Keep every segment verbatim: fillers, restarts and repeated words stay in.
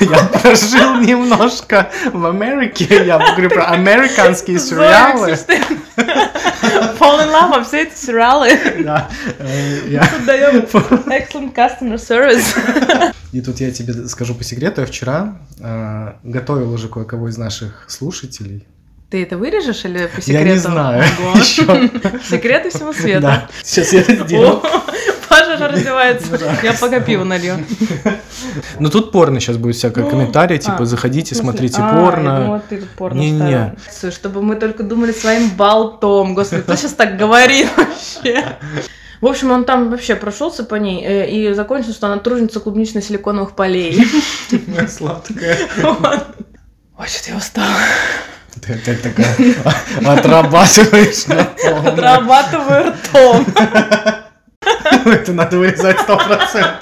Я прожил немножко в Америке, я говорю про американские сериалы. Fall in Love, а все это сериалы. Да. Мы тут даем excellent customer service. И тут я тебе скажу по секрету, я вчера э, готовил уже кое-кого из наших слушателей. Ты это вырежешь или по секрету? Я не знаю. Секреты всего света. Да, сейчас я это сделаю. Паша же раздевается. Я пока пиво налью. Ну тут порно сейчас будет всякое комментарий, типа заходите, смотрите порно. А, я думала, ты тут порно Не-не. ставил. Чтобы мы только думали своим болтом. Господи, кто сейчас так говорит вообще? В общем, он там вообще прошелся по ней э, и закончил, что она труженица клубнично-силиконовых полей. Сладкая. Ой, что-то я устала. Ты опять такая отрабатываешь на полную. Отрабатываю ртом. Это надо вырезать сто процентов.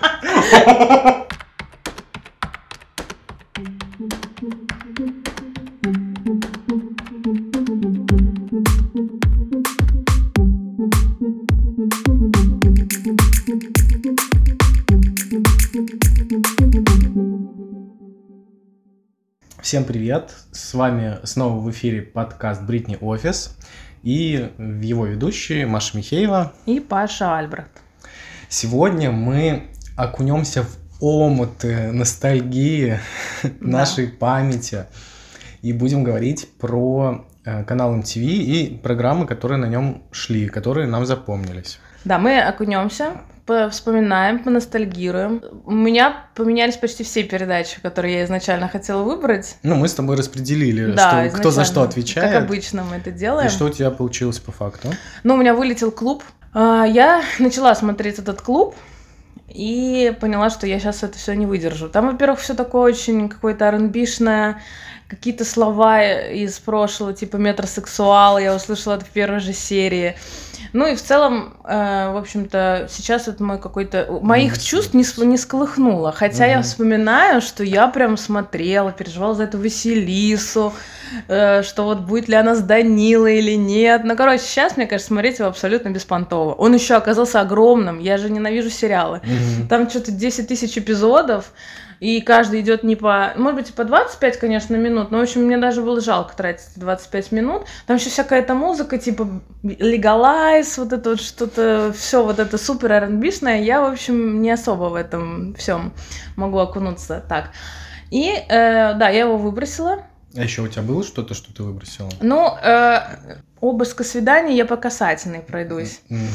Всем привет! С вами снова в эфире подкаст Бритни Офис и его ведущие Маша Михеева и Паша Альбрехт. Сегодня мы окунемся в омуты ностальгии да. нашей памяти и будем говорить про канал эм ти ви и программы, которые на нем шли, которые нам запомнились. Да, мы окунемся, вспоминаем, поностальгируем. У меня поменялись почти все передачи, которые я изначально хотела выбрать. Ну, мы с тобой распределили, да, что, кто за что отвечает. Как обычно мы это делаем. И что у тебя получилось по факту? Ну, у меня вылетел клуб. Я начала смотреть этот клуб и поняла, что я сейчас это все не выдержу. Там, во-первых, все такое очень какое-то ар энд би-шное, какие-то слова из прошлого, типа метросексуал, я услышала это в первой же серии. Ну и в целом, э, в общем-то, сейчас это мой какой-то... Моих mm-hmm. чувств не, не сколыхнуло. Хотя mm-hmm. я вспоминаю, что я прям смотрела, переживала за эту Василису, э, что вот будет ли она с Данилой или нет. Ну, короче, сейчас, мне кажется, смотреть его абсолютно беспонтово. Он еще оказался огромным. Я же ненавижу сериалы. Mm-hmm. Там что-то десять тысяч эпизодов. И каждый идет не по... Может быть, и по двадцать пять, конечно, минут, но, в общем, мне даже было жалко тратить двадцать пять минут. Там еще всякая эта музыка, типа Legalize, вот это вот что-то, все вот это супер ар энд би-шное. Я, в общем, не особо в этом всем могу окунуться так. И, э, да, я его выбросила. А еще у тебя было что-то, что ты выбросила? Ну, э, обыск свиданий я по касательной пройдусь.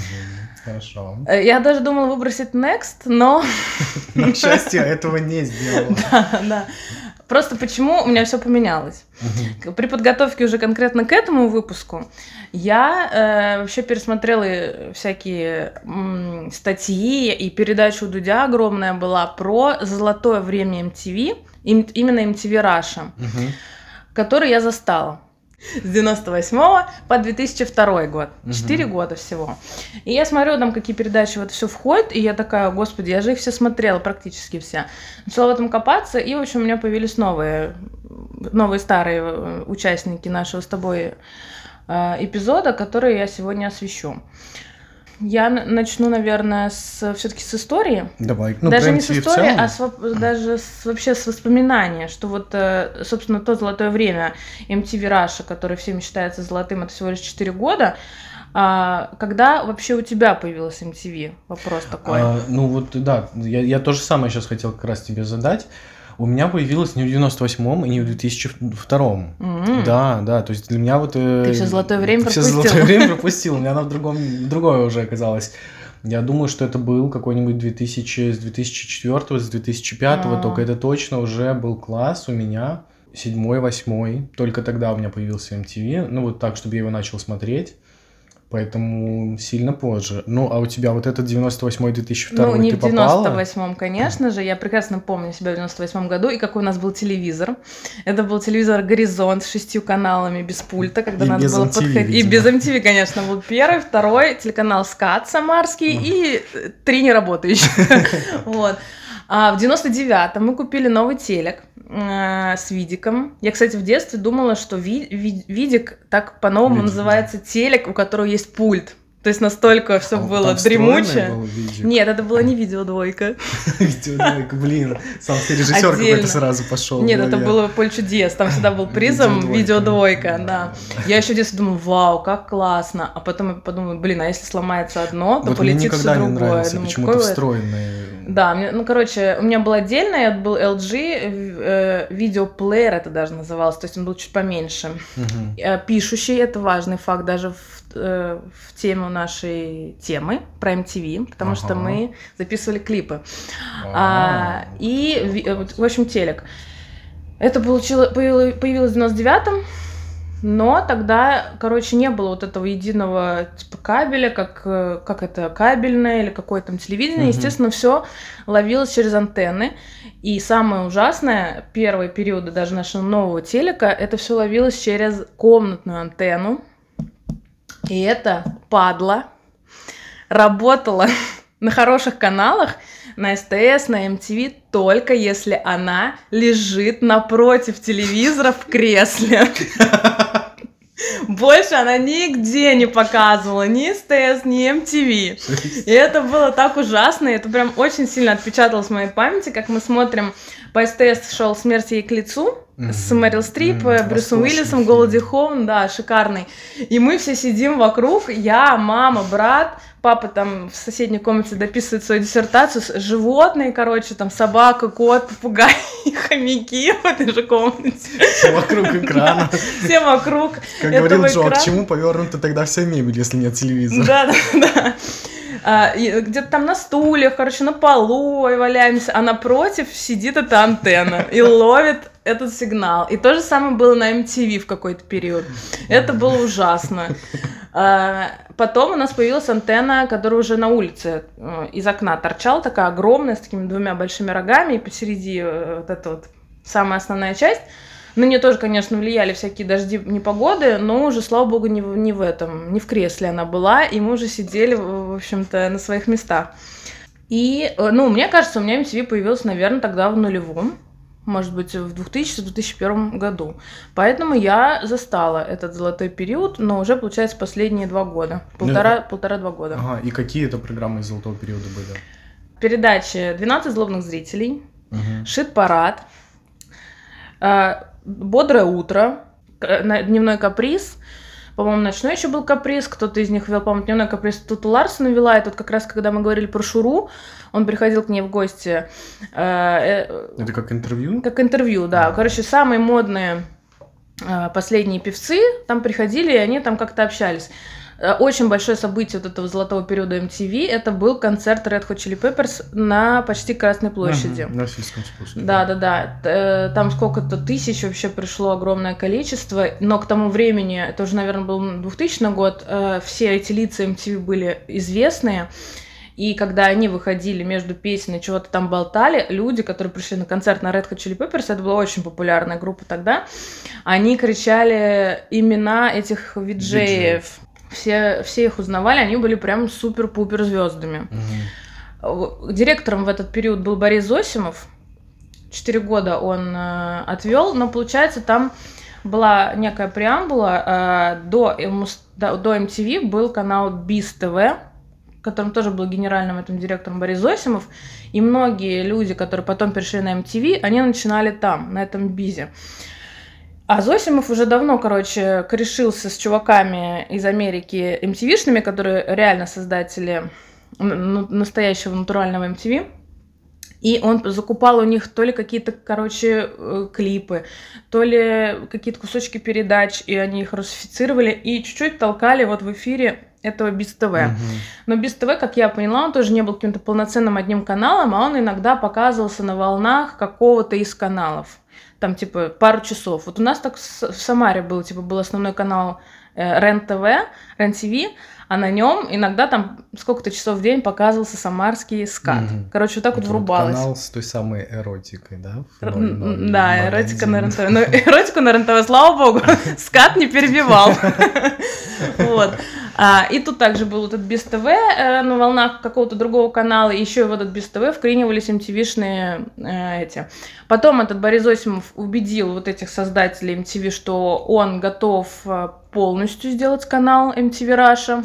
Хорошо. Я даже думала выбросить Next, но... Но, к счастью, этого не сделала. Да, да. Просто почему у меня все поменялось. При подготовке уже конкретно к этому выпуску я э, вообще пересмотрела всякие м, статьи, и передача у Дудя огромная была про золотое время эм ти ви, им, именно эм ти ви Russia, угу. который я застала. С девяносто восьмого по две тысячи второй год. Четыре uh-huh. года всего. И я смотрю, там какие передачи в это все входят, и я такая, господи, я же их все смотрела, практически все. Начала в этом копаться, и, в общем, у меня появились новые, новые старые участники нашего с тобой э, эпизода, которые я сегодня освещу. Я начну, наверное, с, все-таки с истории. Давай. Ну, даже не с истории, а с, даже с, вообще с воспоминания, что вот, собственно, то золотое время эм ти ви Russia, который всеми считается золотым, это всего лишь четыре года. А, когда вообще у тебя появилась эм ти ви? Вопрос такой. А, ну вот, да, я, я то же самое сейчас хотел как раз тебе задать. У меня появилось не в девяносто восьмом и не в две тысячи втором. Mm-hmm. Да, да, то есть для меня вот... Э, Ты все золотое время пропустил. Все золотое время пропустил, у меня оно в другом, другое уже оказалось. Я думаю, что это был какой-нибудь две тысячи, с две тысячи четвёртого, с две тысячи пятого, mm-hmm. только это точно уже был класс у меня, седьмой, восьмой. Только тогда у меня появился эм ти ви, ну вот так, чтобы я его начал смотреть. Поэтому сильно позже. Ну, а у тебя вот этот девяносто восьмой - две тысячи второй, ну, не ты в девяносто восьмом, попала? конечно же. Я прекрасно помню себя в девяносто восьмом году, и какой у нас был телевизор. Это был телевизор «Горизонт» с шестью каналами, без пульта, когда и надо было эм ти ви, подходить. Видимо. И без эм ти ви, конечно, был первый, второй, телеканал «Скат» самарский и три неработающих. Вот. А в девяносто девятом мы купили новый телек э, с видиком. Я, кстати, в детстве думала, что ви- ви- видик так по-новому видик, называется да. телек, у которого есть пульт. То есть настолько все А было там дремуче. встроенное было видео? Нет, это была не видеодвойка. Видеодвойка, блин. Сам ты режиссер Отдельно. какой-то сразу пошел. Нет, это было поле чудес. Там всегда был призом Видеодвойка. видеодвойка, да. Я еще в детстве думала, вау, как классно. А потом я подумала, блин, а если сломается одно, то Вот мне полетит все никогда не другое. нравился Думаю, почему-то какой это? встроенные. Да, мне- ну, короче, у меня был отдельный, это был эл джи, э, видеоплеер это даже называлось, то есть он был чуть поменьше. Мгм. Э, Пишущий, это важный факт даже в, э, в тему нашей темы про эм ти ви, потому что Ага. мы записывали клипы. А, А, и, ви- э, вот, в общем, телек. Это получило, появило- появилось в девяносто девятом, но тогда, короче, не было вот этого единого типа кабеля, как, э, как это, кабельное или какое там телевидение. Мгм. Естественно, все ловилось через антенны. И самое ужасное, первые периоды даже нашего нового телека, это все ловилось через комнатную антенну. И это падла работала на хороших каналах, на эс тэ эс, на эм ти ви, только если она лежит напротив телевизора в кресле. Больше она нигде не показывала ни эс тэ эс, ни эм ти ви. И это было так ужасно, и это прям очень сильно отпечаталось в моей памяти, как мы смотрим, по эс тэ эс шел «Смерть ей к лицу», с Мгм. Мэрил Стрип, М, Брюсом роскошный Уиллисом, фильм. Голди Хоун, да, шикарный. И мы все сидим вокруг, я, мама, брат, папа там в соседней комнате дописывает свою диссертацию, с- животные, короче, там собака, кот, попугай, хомяки в этой же комнате. Всё вокруг экрана. Все вокруг. Как этого говорил Джо, а к экрана. чему повернута тогда вся мебель, если нет телевизора? Да, да, да. А, и где-то там на стульях, короче, на полу и валяемся, а напротив сидит эта антенна и ловит этот сигнал. И то же самое было на эм ти ви в какой-то период. Это было ужасно. А, потом у нас появилась антенна, которая уже на улице э, из окна торчала, такая огромная, с такими двумя большими рогами, и посереди э, вот эта вот самая основная часть. На нее тоже, конечно, влияли всякие дожди, непогоды, но уже, слава богу, не в, не в этом, не в кресле она была, и мы уже сидели, в в общем-то, на своих местах. И, э, ну, мне кажется, у меня эм ти ви появилась, наверное, тогда в нулевом, может быть, в двухтысячном - две тысячи первом году. Поэтому я застала этот золотой период, но уже, получается, последние два года, полтора, полтора-два года. Ага, и какие это программы из золотого периода были? Передачи «двенадцать злобных зрителей», Мгм. «Шит-парад», э, «Бодрое утро», к- на- «Дневной каприз», по-моему, «Ночной» еще был каприз, кто-то из них вел, по-моему, «Дневной каприз» тут Ларсона вела, и тут как раз, когда мы говорили про Шуру, он приходил к ней в гости, э, э, Это как интервью? как интервью, да. Короче, самые модные э, последние певцы там приходили, и они там как-то общались. Э, Очень большое событие вот этого золотого периода эм ти ви — это был концерт Red Hot Chili Peppers на почти Красной площади. Мгм, на Сельском спуске. Да, да, да. Т- э, Там сколько-то тысяч вообще пришло, огромное количество. Но к тому времени, это уже, наверное, был двухтысячный год, э, все эти лица эм ти ви были известные. И когда они выходили между песен и чего-то там болтали, люди, которые пришли на концерт на Red Hot Chili Peppers, это была очень популярная группа тогда, они кричали имена этих виджеев. Все, все их узнавали, они были прям супер-пупер звездами. Мгм. Директором в этот период был Борис Зосимов. Четыре года он э, отвел, но получается там была некая преамбула. э, до, Мус- до, до эм ти ви был канал Биз ТВ, которым тоже был генеральным этим директором Борис Зосимов. И многие люди, которые потом перешли на эм ти ви, они начинали там, на этом Бизе. А Зосимов уже давно, короче, корешился с чуваками из Америки эм ти ви-шными, которые реально создатели н- ну, настоящего натурального эм ти ви. И он закупал у них то ли какие-то, короче, э, клипы, то ли какие-то кусочки передач, и они их русифицировали и чуть-чуть толкали вот в эфире этого Биз ТВ. Мгм. Но Биз ТВ, как я поняла, он тоже не был каким-то полноценным одним каналом, а он иногда показывался на волнах какого-то из каналов. Там, типа, пару часов. Вот у нас так в в Самаре был, типа, был основной канал э, Рен-ТВ, Рен-ТВ, а на нем иногда там сколько-то часов в день показывался самарский скат. Мгм. Короче, вот так вот Это врубалось. канал с той самой эротикой, да? В Р- ноль н- ноль Да, ноль эротика на один. РЕН-ТВ. Но эротику на РЕН-ТВ, слава богу, скат не перебивал. Вот. А, и тут также был этот Биз ТВ э, на волнах какого-то другого канала, и еще и в этот Биз ТВ вклинивались эм ти ви-шные э, эти. Потом этот Борис Зосимов убедил вот этих создателей эм ти ви, что он готов э, полностью сделать канал эм ти ви Russia.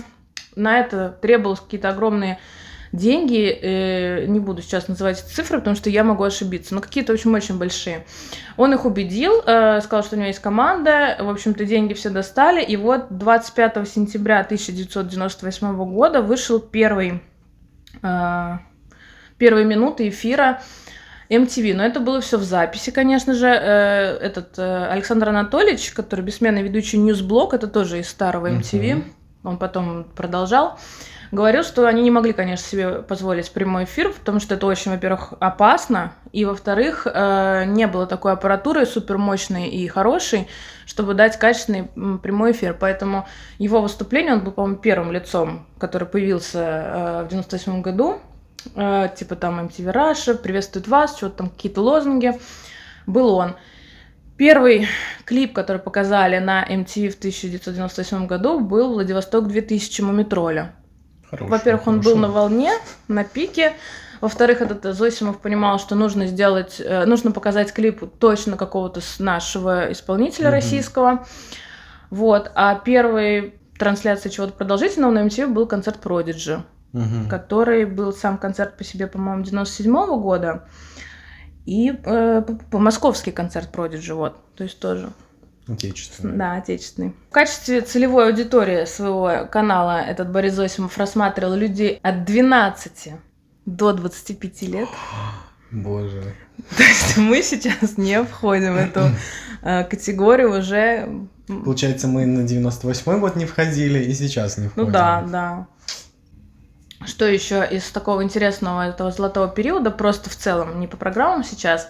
На это требовалось какие-то огромные деньги. Э, не буду сейчас называть цифры, потому что я могу ошибиться, но какие-то, в общем, очень большие. Он их убедил, э, сказал, что у него есть команда, в общем-то, деньги все достали, и вот двадцать пятого сентября тысяча девятьсот девяносто восьмого года вышел первый, э, первые минуты эфира эм ти ви. Но это было все в записи, конечно же. Э, этот э, Александр Анатольевич, который бессменный ведущий Ньюсблог, это тоже из старого эм ти ви, uh-huh. он потом продолжал, говорил, что они не могли, конечно, себе позволить прямой эфир, потому что это очень, во-первых, опасно, и, во-вторых, э, не было такой аппаратуры супермощной и хорошей, чтобы дать качественный прямой эфир. Поэтому его выступление, он был, по-моему, первым лицом, который появился э, в девяносто восьмом году, э, типа там эм ти ви Russia, приветствует вас, что-то там, какие-то лозунги, был он. Первый клип, который показали на эм ти ви в тысяча девятьсот девяносто восьмом году, был «Владивосток две тысячи» Мумитроля. Хороший, Во-первых, он хороший. был на волне, на пике. Во-вторых, этот Зосимов понимал, что нужно сделать, нужно показать клип точно какого-то нашего исполнителя mm-hmm. российского. Вот. А первой трансляцией чего-то продолжительного на эм ти ви был концерт Prodigy, mm-hmm. который был сам концерт по себе, по-моему, девяносто седьмого года. И э, московский концерт Prodigy, вот. То есть тоже... Отечественный. Да, отечественный. В качестве целевой аудитории своего канала этот Борис Зосимов рассматривал людей от двенадцати до двадцати пяти лет. Боже. То есть мы сейчас не входим в эту э, категорию уже. Получается, мы на девяносто восьмой год не входили и сейчас не входим. Ну да, да. Что еще из такого интересного этого золотого периода, просто в целом, не по программам сейчас.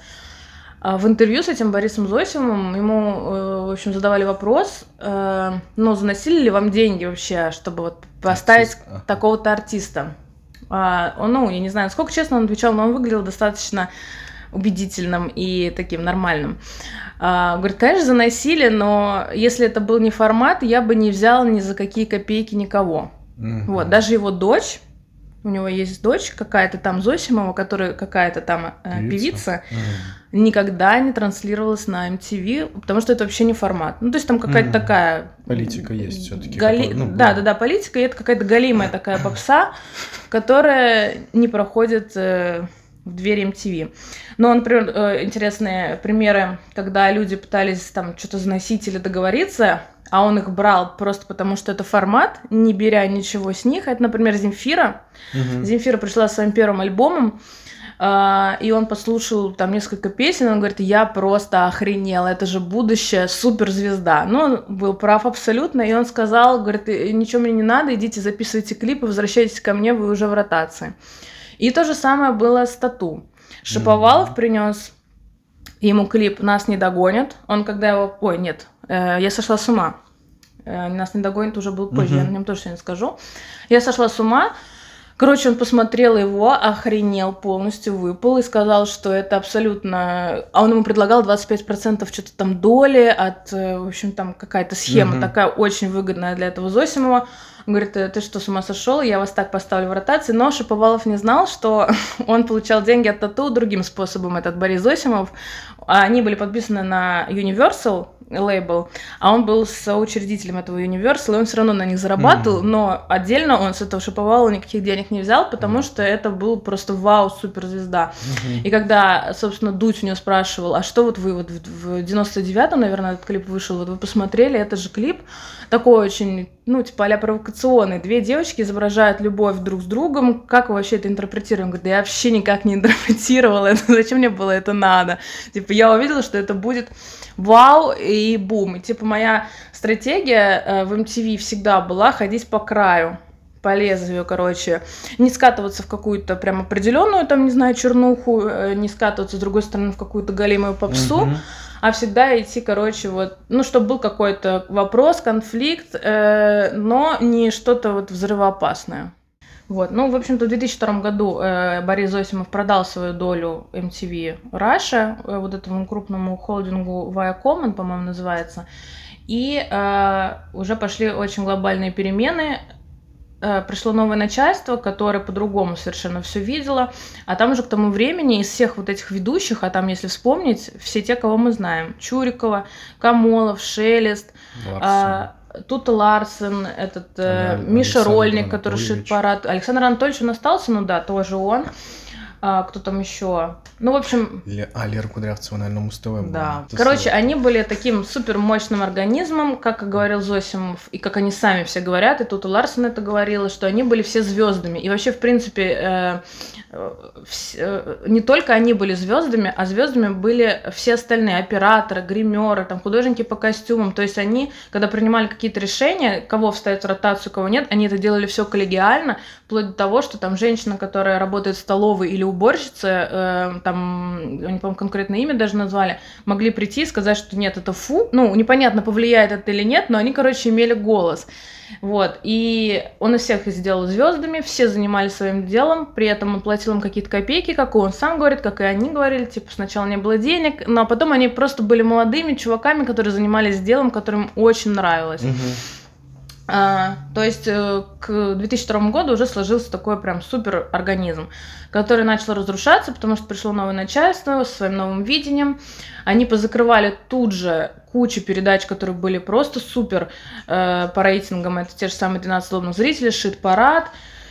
В интервью с этим Борисом Зосимовым ему, в общем, задавали вопрос, ну, заносили ли вам деньги вообще, чтобы вот поставить Артист. такого-то артиста. Он, ну, я не знаю, насколько честно он отвечал, но он выглядел достаточно убедительным и таким нормальным. Говорит, конечно, заносили, но если это был не формат, я бы не взял ни за какие копейки никого. Mm-hmm. Вот, даже его дочь, у него есть дочь какая-то там Зосимова, которая какая-то там э, певица, mm-hmm. никогда не транслировалась на эм ти ви, потому что это вообще не формат. Ну, то есть там какая-то mm-hmm. такая... Политика есть все-таки. Гали... Которая, ну, да, да, да, политика, и это какая-то галимая такая попса, которая не проходит э, в двери эм ти ви. Но, например, э, интересные примеры, когда люди пытались там что-то заносить или договориться, а он их брал просто потому, что это формат, не беря ничего с них. Это, например, Земфира. Uh-huh. Земфира пришла с своим первым альбомом, э, и он послушал там несколько песен, он говорит, я просто охренел, это же будущая суперзвезда. Ну, он был прав абсолютно, и он сказал, говорит, ничего мне не надо, идите записывайте клипы, возвращайтесь ко мне, вы уже в ротации. И то же самое было с Тату. Шаповалов uh-huh. принес ему клип «Нас не догонят». Он когда его... Ой, нет, э, «Я сошла с ума». Э, «Нас не догонят» уже был позже, uh-huh. я на нем тоже сегодня скажу. «Я сошла с ума». Короче, он посмотрел его, охренел полностью, выпал и сказал, что это абсолютно... А он ему предлагал двадцать пять процентов что-то там доли от... В общем, там какая-то схема uh-huh. такая очень выгодная для этого Зосимова. Он говорит, ты что, с ума сошел? Я вас так поставлю в ротации. Но Шаповалов не знал, что он получал деньги от Тату другим способом, этот Борис Зосимов. Они были подписаны на Universal лейбл, а он был соучредителем этого Universal, и он все равно на них зарабатывал, mm-hmm. но отдельно он с этого Шаповалова никаких денег не взял, потому mm-hmm. что это был просто вау, суперзвезда. Mm-hmm. И когда, собственно, Дудь у него спрашивал, а что вот вы вот в девяносто девятом, наверное, этот клип вышел, вот вы посмотрели, это же клип такой очень, ну, типа а-ля провокационный. Две девочки изображают любовь друг с другом. Как вы вообще это интерпретируем? Он говорит, да я вообще никак не интерпретировала это. Зачем мне было это надо? Типа я увидела, что это будет вау и бум. И типа моя стратегия э, в эм ти ви всегда была ходить по краю, по лезвию, короче. Не скатываться в какую-то прям определенную, там, не знаю, чернуху, э, не скатываться, с другой стороны, в какую-то галимую попсу. Mm-hmm. А всегда идти, короче, вот, ну, чтобы был какой-то вопрос, конфликт, э, но не что-то вот взрывоопасное. Вот, ну, в общем-то, в две тысячи втором году э, Борис Зосимов продал свою долю эм ти ви Russia, э, вот этому крупному холдингу Viacom, он, по-моему, называется, и э, уже пошли очень глобальные перемены. Пришло новое начальство, которое по-другому совершенно все видело, а там уже к тому времени из всех вот этих ведущих, а там, если вспомнить, все те, кого мы знаем, Чурикова, Камолов, Шелест, Ларсон, а, Тута Ларсен, этот э, Александр Миша Рольник, который Анатольевич. шит парад. Александр Анатольевич, он остался, ну да, тоже он. А, кто там еще? Ну, в общем... Ле... А, Лера Кудрявцева, наверное, Муз-ТВ была. Да. Это Короче, слово. они были таким супер мощным организмом, как и говорил Зосимов, и как они сами все говорят, и Тута Ларсен это говорила, что они были все звездами. И вообще, в принципе, э, э, вс- э, не только они были звездами, а звездами были все остальные операторы, гримеры, там, художники по костюмам. То есть они, когда принимали какие-то решения, кого вставить в ротацию, кого нет, они это делали все коллегиально, вплоть до того, что там женщина, которая работает в столовой или уборщица, э, там, я не помню, конкретное имя даже назвали, могли прийти и сказать, что нет, это фу. Ну, непонятно, повлияет это или нет, но они, короче, имели голос. Вот. И он из всех их сделал звездами, все занимались своим делом, при этом он платил им какие-то копейки, как и он сам говорит, как и они говорили, типа, сначала не было денег, но потом они просто были молодыми чуваками, которые занимались делом, которым очень нравилось. Мгм. А, то есть э, к две тысячи второму году уже сложился такой прям супер организм, который начал разрушаться, потому что пришло новое начальство со своим новым видением. Они позакрывали тут же кучу передач, которые были просто супер э, по рейтингам. Это те же самые двенадцать злобных зрителей, Шит-парад,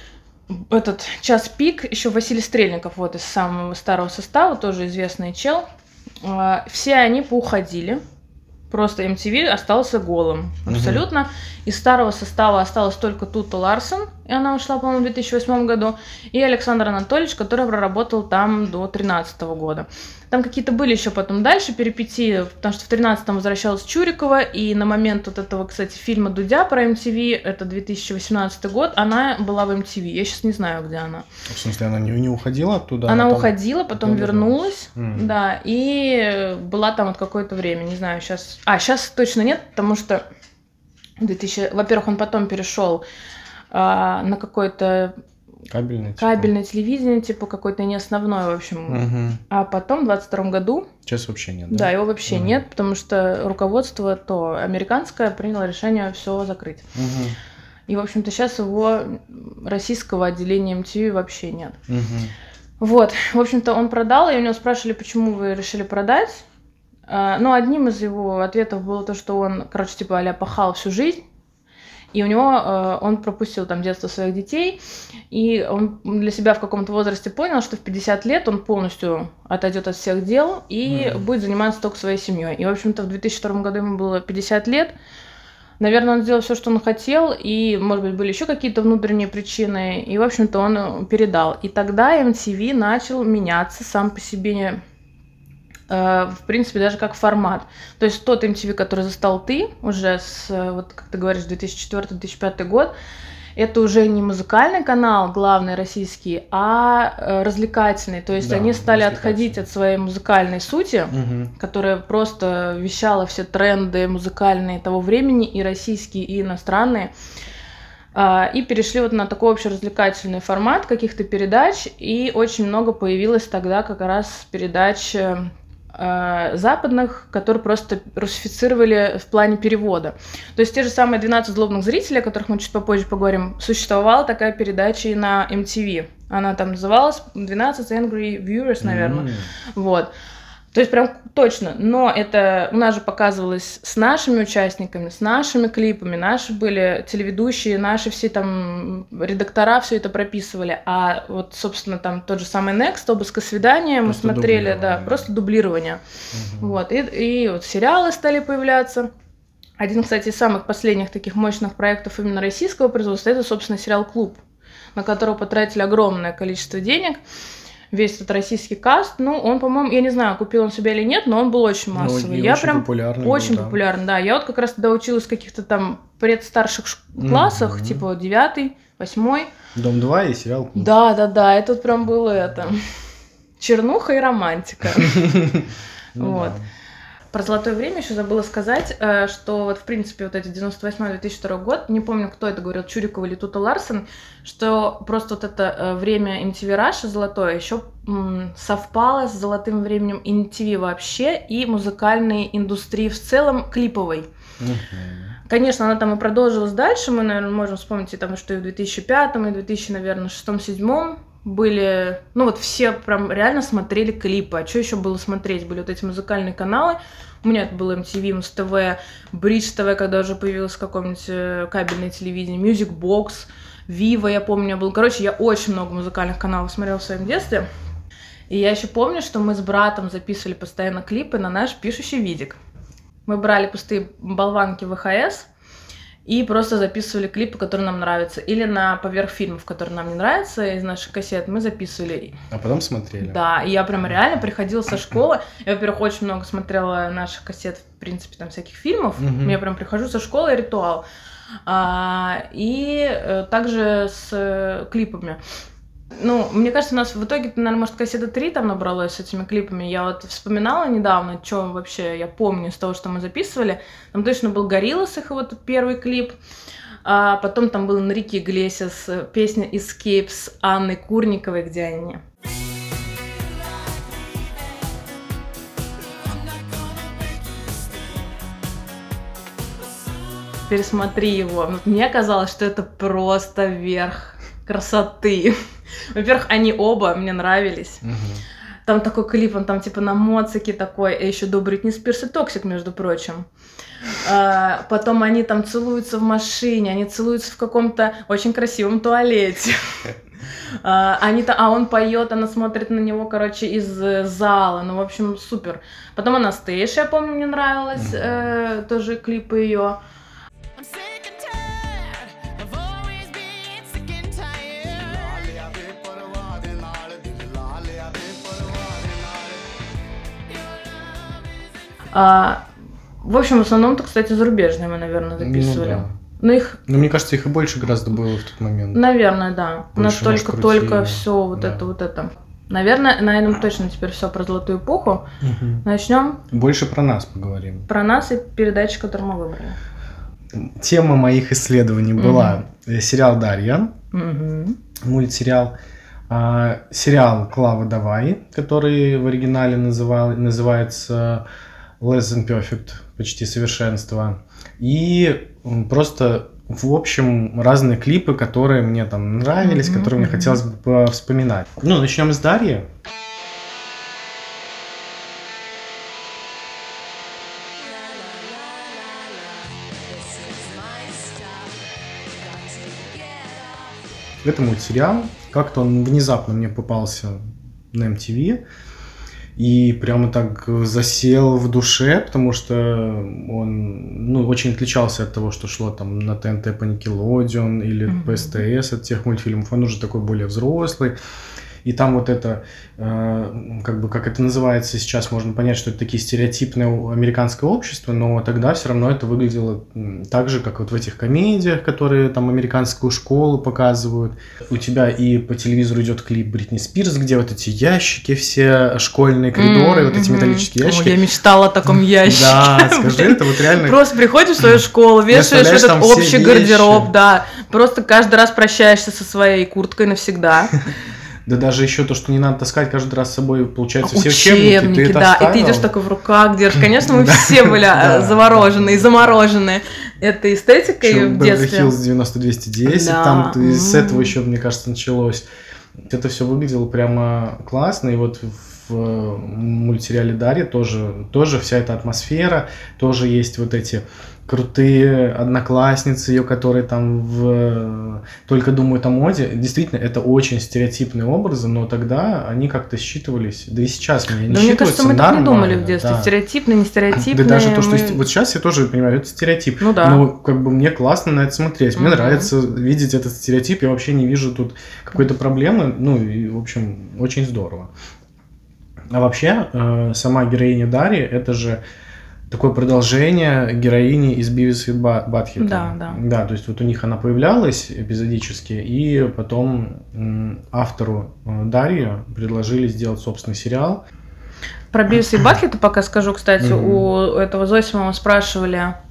этот Час пик, еще Василий Стрельников, вот из самого старого состава, тоже известный чел. А, все они поуходили. Просто эм ти ви остался голым. Абсолютно. Из старого состава осталась только Тута Ларсен, и она ушла, по-моему, в две тысячи восьмом году, и Александр Анатольевич, который проработал там до две тысячи тринадцатого года. Там какие-то были еще потом дальше перипетии, потому что в тринадцатом возвращалась Чурикова, и на момент вот этого, кстати, фильма Дудя про эм ти ви, это две тысячи восемнадцатый год, она была в эм ти ви. Я сейчас не знаю, где она. В смысле, она не, не уходила оттуда? Она там- уходила, потом Да, да, да. вернулась, Мгм. да, и была там вот какое-то время, не знаю, сейчас... А, сейчас точно нет, потому что две тысячи... Во-первых, он потом перешел а, на какое-то Кабельный? типа? кабельное телевидение, типа какой-то не основной, в общем. Мгм. А потом в двадцать втором году, Сейчас вообще нет, да, да? его вообще Мгм. нет, потому что руководство то американское приняло решение все закрыть. Мгм. И, в общем-то, сейчас его российского отделения эм ти ви вообще нет. Мгм. Вот, в общем-то, он продал, и у него спрашивали, почему вы решили продать. А, Ну, одним из его ответов было то, что он, короче, типа а-ля пахал всю жизнь, и у него э, он пропустил там детство своих детей, и он для себя в каком-то возрасте понял, что в пятьдесят лет он полностью отойдет от всех дел и Мгм. будет заниматься только своей семьей. И, в общем-то, в две тысячи втором году ему было пятьдесят лет. Наверное, он сделал все, что он хотел, и, может быть, были еще какие-то внутренние причины, и, в общем-то, он передал. И тогда эм ти ви начал меняться сам по себе, э, в принципе, даже как формат. То есть тот эм ти ви, который застал ты, уже с, э, вот как ты говоришь, две тысячи четвёртый - две тысячи пятый год, это уже не музыкальный канал, главный российский, а э, развлекательный. То есть Да, они стали развлекательный. отходить от своей музыкальной сути, Мгм. которая просто вещала все тренды музыкальные того времени, и российские, и иностранные, а, и перешли вот на такой общеразвлекательный формат каких-то передач, и очень много появилось тогда как раз передач э, э, западных, которые просто русифицировали в плане перевода. То есть те же самые двенадцать злобных зрителей, о которых мы чуть попозже поговорим, существовала такая передача и на эм ти ви. Она там называлась двенадцать Angry Viewers, наверное. М. Вот. То есть прям точно. Но это у нас же показывалось с нашими участниками, с нашими клипами. Наши были телеведущие, наши все там редактора все это прописывали. А вот, собственно, там тот же самый Next, обыск и свидание, мы Просто смотрели, да, дублирование. просто дублирование. Мгм. Вот. И, и вот сериалы стали появляться. Один, кстати, из самых последних таких мощных проектов именно российского производства, это, собственно, сериал «Клуб», на которого потратили огромное количество денег. Весь этот российский каст, ну, он, по-моему, я не знаю, купил он себя или нет, но он был очень Ну, массовый. и я очень прям популярный очень был, да. популярный, да. Я вот как раз тогда училась в каких-то там предстарших ш- Мгм. классах, типа девятый, восьмой. Дом два и сериал «Клуб». Да, да, да, это вот прям было это. Чернуха и романтика. Ну Вот. да. Про «Золотое время» еще забыла сказать, э, что вот в принципе вот эти девяносто восьмой - две тысячи второй год, не помню, кто это говорил, Чурикова или Тута Ларсен, что просто вот это э, время эм ти ви Russia золотое еще м, совпало с золотым временем эм ти ви вообще и музыкальной индустрии в целом, клиповой. Мгм. Конечно, она там и продолжилась дальше, мы, наверное, можем вспомнить и там, что и в две тысячи пятом, и в две тысячи, наверное, шестом-седьмом были, ну вот все прям реально смотрели клипы. А что еще было смотреть? Были вот эти музыкальные каналы. У меня это было эм ти ви, Муз-ТВ, Бридж ТВ, когда уже появилось какое-нибудь кабельное телевидение, Music Box, Viva, я помню, у меня был. Короче, я очень много музыкальных каналов смотрела в своем детстве. И я еще помню, что мы с братом записывали постоянно клипы на наш пишущий видик. Мы брали пустые болванки вэ ха эс и просто записывали клипы, которые нам нравятся. Или на поверх фильмов, которые нам не нравятся, из наших кассет мы записывали. А потом смотрели? Да, и я прям реально приходила со школы. Я, во-первых, очень много смотрела наших кассет, в принципе, там всяких фильмов. Угу. Я прям прихожу со школы, ритуал. А, и э, также с э, клипами. Ну, мне кажется, у нас в итоге, наверное, может, кассета три там набралось с этими клипами. Я вот вспоминала недавно, что вообще я помню из того, что мы записывали. Там точно был Gorillaz, их вот первый клип. А потом там был Энрике Иглесиас, песня Escape с Анной Курниковой, где они. Пересмотри его. Мне казалось, что это просто верх красоты. Во-первых, они оба мне нравились. Угу. Там такой клип, он там типа на моцике такой, а еще до Бритни Спирс и Токсик, между прочим. А, потом они там целуются в машине, они целуются в каком-то очень красивом туалете. А, они то, а он поет, она смотрит на него, короче, из зала. Ну, в общем, супер. Потом Анастейша, я помню, мне нравилась, э, тоже клипы ее. А, в общем, в основном-то, кстати, зарубежные мы, наверное, записывали. Ну, да. Но их... Но мне кажется, их и больше гораздо было в тот момент. Наверное, да. Больше, У нас только, может, только все вот да. это, вот это. Наверное, на этом точно теперь все про золотую эпоху. Угу. Начнем. Больше про нас поговорим. Про нас и передачи, которые мы выбрали. Тема моих исследований угу. была сериал «Дарья», угу. мультсериал. А, сериал «Клава, давай», который в оригинале называл, называется «Less than Perfect», почти совершенство. И просто, в общем, разные клипы, которые мне там нравились, mm-hmm, которые mm-hmm. мне хотелось бы вспоминать. Ну, начнем с Дарьи. Это мультсериал. Как-то он внезапно мне попался на эм ти ви. И прямо так засел в душе, потому что он ну, очень отличался от того, что шло там на тэ эн тэ по Nickelodeon или mm-hmm. по эс тэ эс от тех мультфильмов. Он уже такой более взрослый. И там вот это, э, как бы, как это называется сейчас, можно понять, что это такие стереотипное американское общество, но тогда все равно это выглядело так же, как вот в этих комедиях, которые там американскую школу показывают. У тебя и по телевизору идет клип Бритни Спирс, где вот эти ящики все, школьные коридоры, mm-hmm. вот эти металлические ящики. О, я мечтала о таком ящике. Да, скажи, это вот реально... Просто приходишь в свою школу, вешаешь этот общий гардероб, да, просто каждый раз прощаешься со своей курткой навсегда. Да даже еще то, что не надо таскать каждый раз с собой, получается, все учебники, учебники. Ты да, это и ты идешь такой в руках держишь. Конечно, мы все были заворожены и заморожены этой эстетикой в детстве. Беверли Хиллз девяносто двести десять, там с этого еще, мне кажется, началось. Это все выглядело прямо классно, и вот в мультсериале «Дарья» тоже, тоже вся эта атмосфера, тоже есть вот эти крутые одноклассницы ее, которые там в... только думают о моде. Действительно, это очень стереотипные образы, но тогда они как-то считывались. Да и сейчас мне не да, считываются. Мне кажется, мы так не думали в детстве. Да. Стереотипные, не стереотипные. Да даже то, что... Мы... Вот сейчас я тоже понимаю, это стереотип. Ну да. Но как бы мне классно на это смотреть. Мне угу. нравится видеть этот стереотип. Я вообще не вижу тут какой-то проблемы. Ну и, в общем, очень здорово. А вообще, э, сама героиня Дарьи, это же такое продолжение героини из Бивис и Батхеда. Да, да. Да, то есть вот у них она появлялась эпизодически, и потом м, автору э, Дарьи предложили сделать собственный сериал. Про Бивис и Батхеда пока скажу, кстати, mm-hmm. у этого Зосимова спрашивали,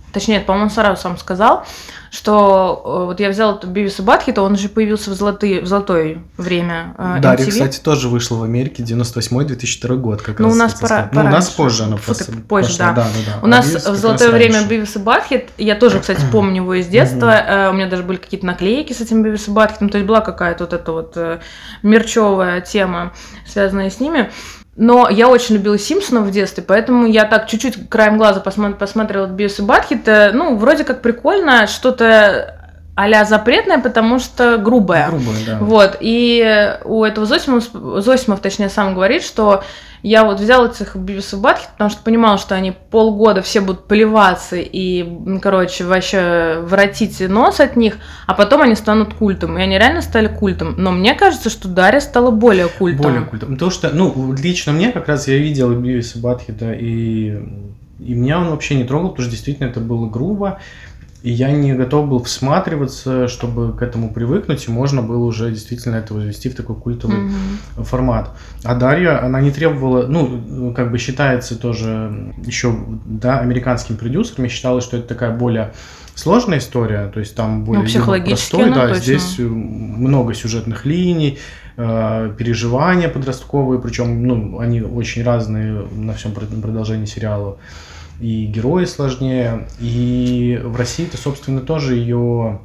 точнее, по-моему, Саратов сам сказал, что вот я взяла Бивис и Батхед, он уже появился в, золотые, в золотое время эм ти ви. Дарья, кстати, тоже вышла в Америке девяносто восьмой - две тысячи второй год, как ну, раз. У нас пора, ну, у нас позже она Фу, просто позже, пошла. да. Да, да, да. У а нас в золотое время Бивис и Батхед, я тоже, кстати, помню его из детства, у меня даже были какие-то наклейки с этим Бивис и Батхедом, то есть была какая-то вот эта вот мерчевая тема, связанная с ними. Но я очень любила Симпсонов в детстве, поэтому я так чуть-чуть краем глаза посмотри, посмотрела Бивис и Батхед. Ну, вроде как прикольно, что-то а-ля запретное, потому что грубое. Грубое, да. Вот, и у этого Зосимов, Зосимов, точнее, сам говорит, что я вот взяла этих Бивис и Батхед, потому что понимала, что они полгода все будут поливаться и, короче, вообще воротить нос от них, а потом они станут культом. И они реально стали культом. Но мне кажется, что Дарья стала более культом. Более культом. Потому что, ну, лично мне как раз я видел Бивис и Батхеда, и, и меня он вообще не трогал, потому что действительно это было грубо. И я не готов был всматриваться, чтобы к этому привыкнуть, и можно было уже действительно это возвести в такой культовый mm-hmm. формат. А Дарья, она не требовала, ну, как бы считается тоже еще, да, американскими продюсерами, считалось, что это такая более сложная история, то есть там более ну, психологически, простой, да, точно. Здесь много сюжетных линий, э, переживания подростковые, причем, ну, они очень разные на всем продолжении сериала. И герои сложнее, и в России-то, собственно, тоже ее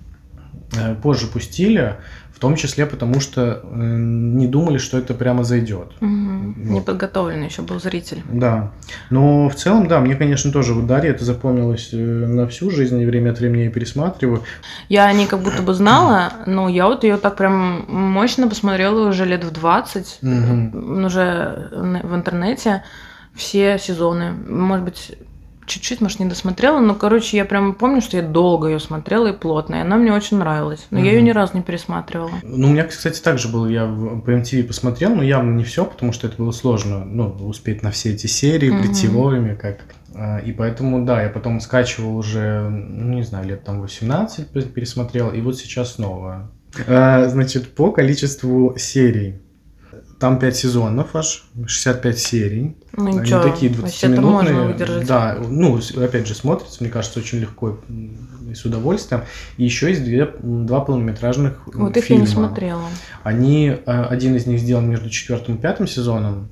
позже пустили, в том числе потому, что не думали, что это прямо зайдет. Угу. Вот. Неподготовленный еще был зритель. Да, но в целом, да, мне, конечно, тоже в Дарье это запомнилось на всю жизнь, и время от времени я пересматриваю. Я о ней как будто бы знала, но я вот ее так прям мощно посмотрела уже лет в двадцать, угу. уже в интернете. Все сезоны. Может быть, чуть-чуть, может, не досмотрела, но, короче, я прямо помню, что я долго ее смотрела и плотно, и она мне очень нравилась. Но mm-hmm. я ее ни разу не пересматривала. Ну, у меня, кстати, так же было. Я по эм ти ви посмотрел, но явно не все, потому что это было сложно, ну, успеть на все эти серии, mm-hmm. прийти вовремя, как. И поэтому, да, я потом скачивал уже, ну, не знаю, лет там восемнадцать пересмотрел, и вот сейчас снова. А, значит, по количеству серий. Там пять сезонов аж, шестьдесят пять серий. Ну ничего, они такие двадцатиминутные. Можно выдержать. Да, ну, опять же, смотрится, мне кажется, очень легко и с удовольствием. И еще есть две, два полнометражных вот фильма. Вот их я не смотрела. Они, один из них сделан между четвертым и пятым сезоном.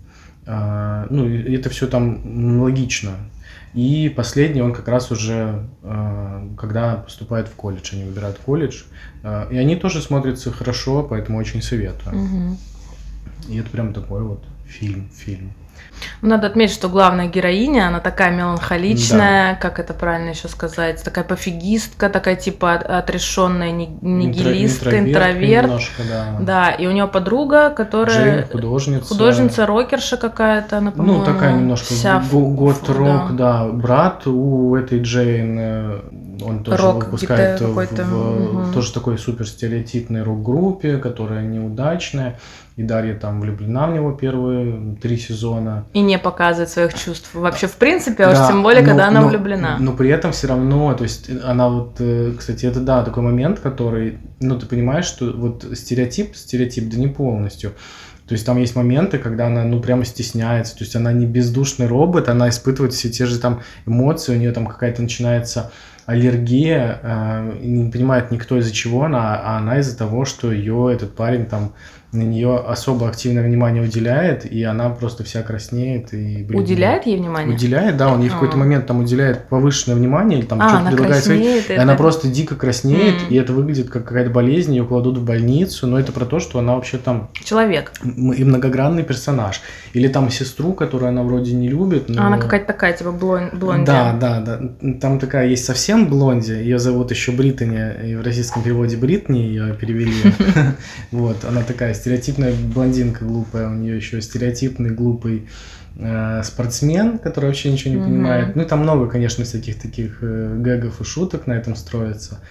Ну, это все там логично. И последний, он как раз уже, когда поступает в колледж, они выбирают колледж. И они тоже смотрятся хорошо, поэтому очень советую. Угу. И это прям такой вот фильм, фильм. Надо отметить, что главная героиня, она такая меланхоличная, да. Как это правильно еще сказать, такая пофигистка, такая типа отрешенная нигилистка, интроверт. Немножко, да. Да, и у нее подруга, которая... Джейн, художница. Художница, рокерша какая-то, она, по-моему, ну, такая немножко гот-рок, да. да. Брат у этой Джейн, он тоже рок, выпускает в, в угу. тоже такой супер стереотипной рок-группе, которая неудачная. И Дарья там влюблена в него первые три сезона. И не показывает своих чувств. Вообще, в принципе, а да, уж тем более, но, когда она но, влюблена. Но при этом все равно, то есть она вот, кстати, это да, такой момент, который, ну, ты понимаешь, что вот стереотип, стереотип, да не полностью. То есть там есть моменты, когда она, ну, прямо стесняется, то есть она не бездушный робот, она испытывает все те же там эмоции, у нее там какая-то начинается аллергия, э, не понимает никто из-за чего она, а она из-за того, что ее этот парень там на нее особо активное внимание уделяет, и она просто вся краснеет. И, блин, уделяет ей внимание? Уделяет, да, он ей в какой-то момент там уделяет повышенное внимание, или там а, что-то предлагает свои, и она это... просто дико краснеет, mm. и это выглядит как какая-то болезнь, ее кладут в больницу, но это про то, что она вообще там... Человек. И многогранный персонаж. Или там сестру, которую она вроде не любит, но... Она какая-то такая, типа блон... блонди. Да, да, да. Там такая есть совсем блонди, ее зовут еще Британи, и в российском переводе Бритни ее перевели. Вот, она такая стереотипная блондинка глупая, у нее еще стереотипный глупый э, спортсмен, который вообще ничего не mm-hmm. понимает. Ну и там много, конечно, всяких таких э, гэгов и шуток на этом строится.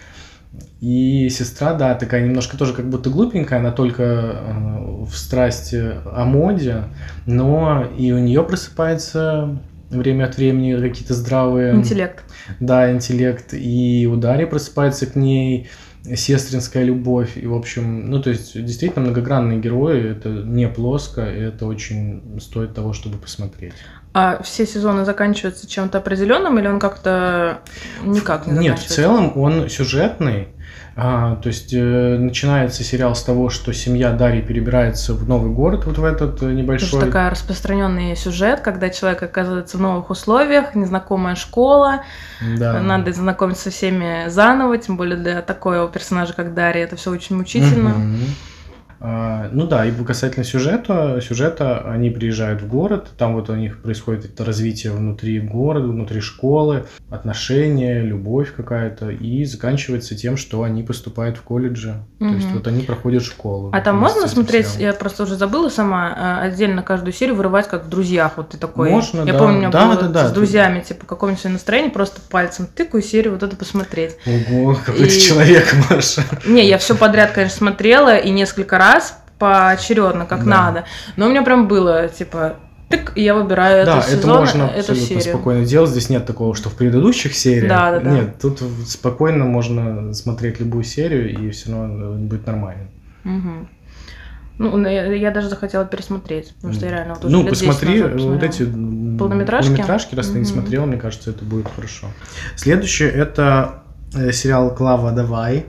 И сестра, да, такая немножко тоже как будто глупенькая, она только э, в страсти о моде, но и у нее просыпается время от времени какие-то здравые... Интеллект. Да, интеллект. И у Дарьи просыпается к ней сестринская любовь, и, в общем, ну, то есть, действительно многогранные герои, это не плоско, и это очень стоит того, чтобы посмотреть. А все сезоны заканчиваются чем-то определенным, или он как-то никак не Нет, в заканчивается? целом он сюжетный. А, то есть э, начинается сериал с того, что семья Дарьи перебирается в новый город, вот в этот э, небольшой. Это же такой распространенный сюжет, когда человек оказывается в новых условиях, незнакомая школа, Да. надо знакомиться со всеми заново, тем более для такого персонажа, как Дарья, это все очень мучительно. Мгм. А, ну да, и касательно сюжета, сюжета, они приезжают в город, там вот у них происходит это развитие внутри города, внутри школы, отношения, любовь какая-то, и заканчивается тем, что они поступают в колледжи. То есть Мгм. вот они проходят школу. А там вместе можно с этим смотреть, сериалом. я просто уже забыла сама, а, отдельно каждую серию вырывать, как в «Друзьях», вот ты такой. Можно, Я да. помню, у меня Да, было да, вот да, с ты- друзьями, типа, какое-нибудь своё настроение, просто пальцем тыкаю серию, вот это посмотреть. Ого, какой ты И- человек, Маша. Не, я все подряд, конечно, смотрела, и несколько раз поочередно, как Да. надо. Но у меня прям было, типа, тык, и я выбираю Да, этот это сезон, можно эту абсолютно серию. спокойно делать. Здесь нет такого, что в предыдущих сериях. Да, да, да. Нет, тут спокойно можно смотреть любую серию, и все равно будет нормально. Мгм. Ну, ну, я, я даже захотела пересмотреть, потому что я реально вот уже Ну, лет десять посмотри назад вот посмотрела. эти м, Полнометражки? полнометражки, раз ты не Мгм. смотрела, мне кажется, это будет хорошо. Следующее это э, сериал «Клава, давай».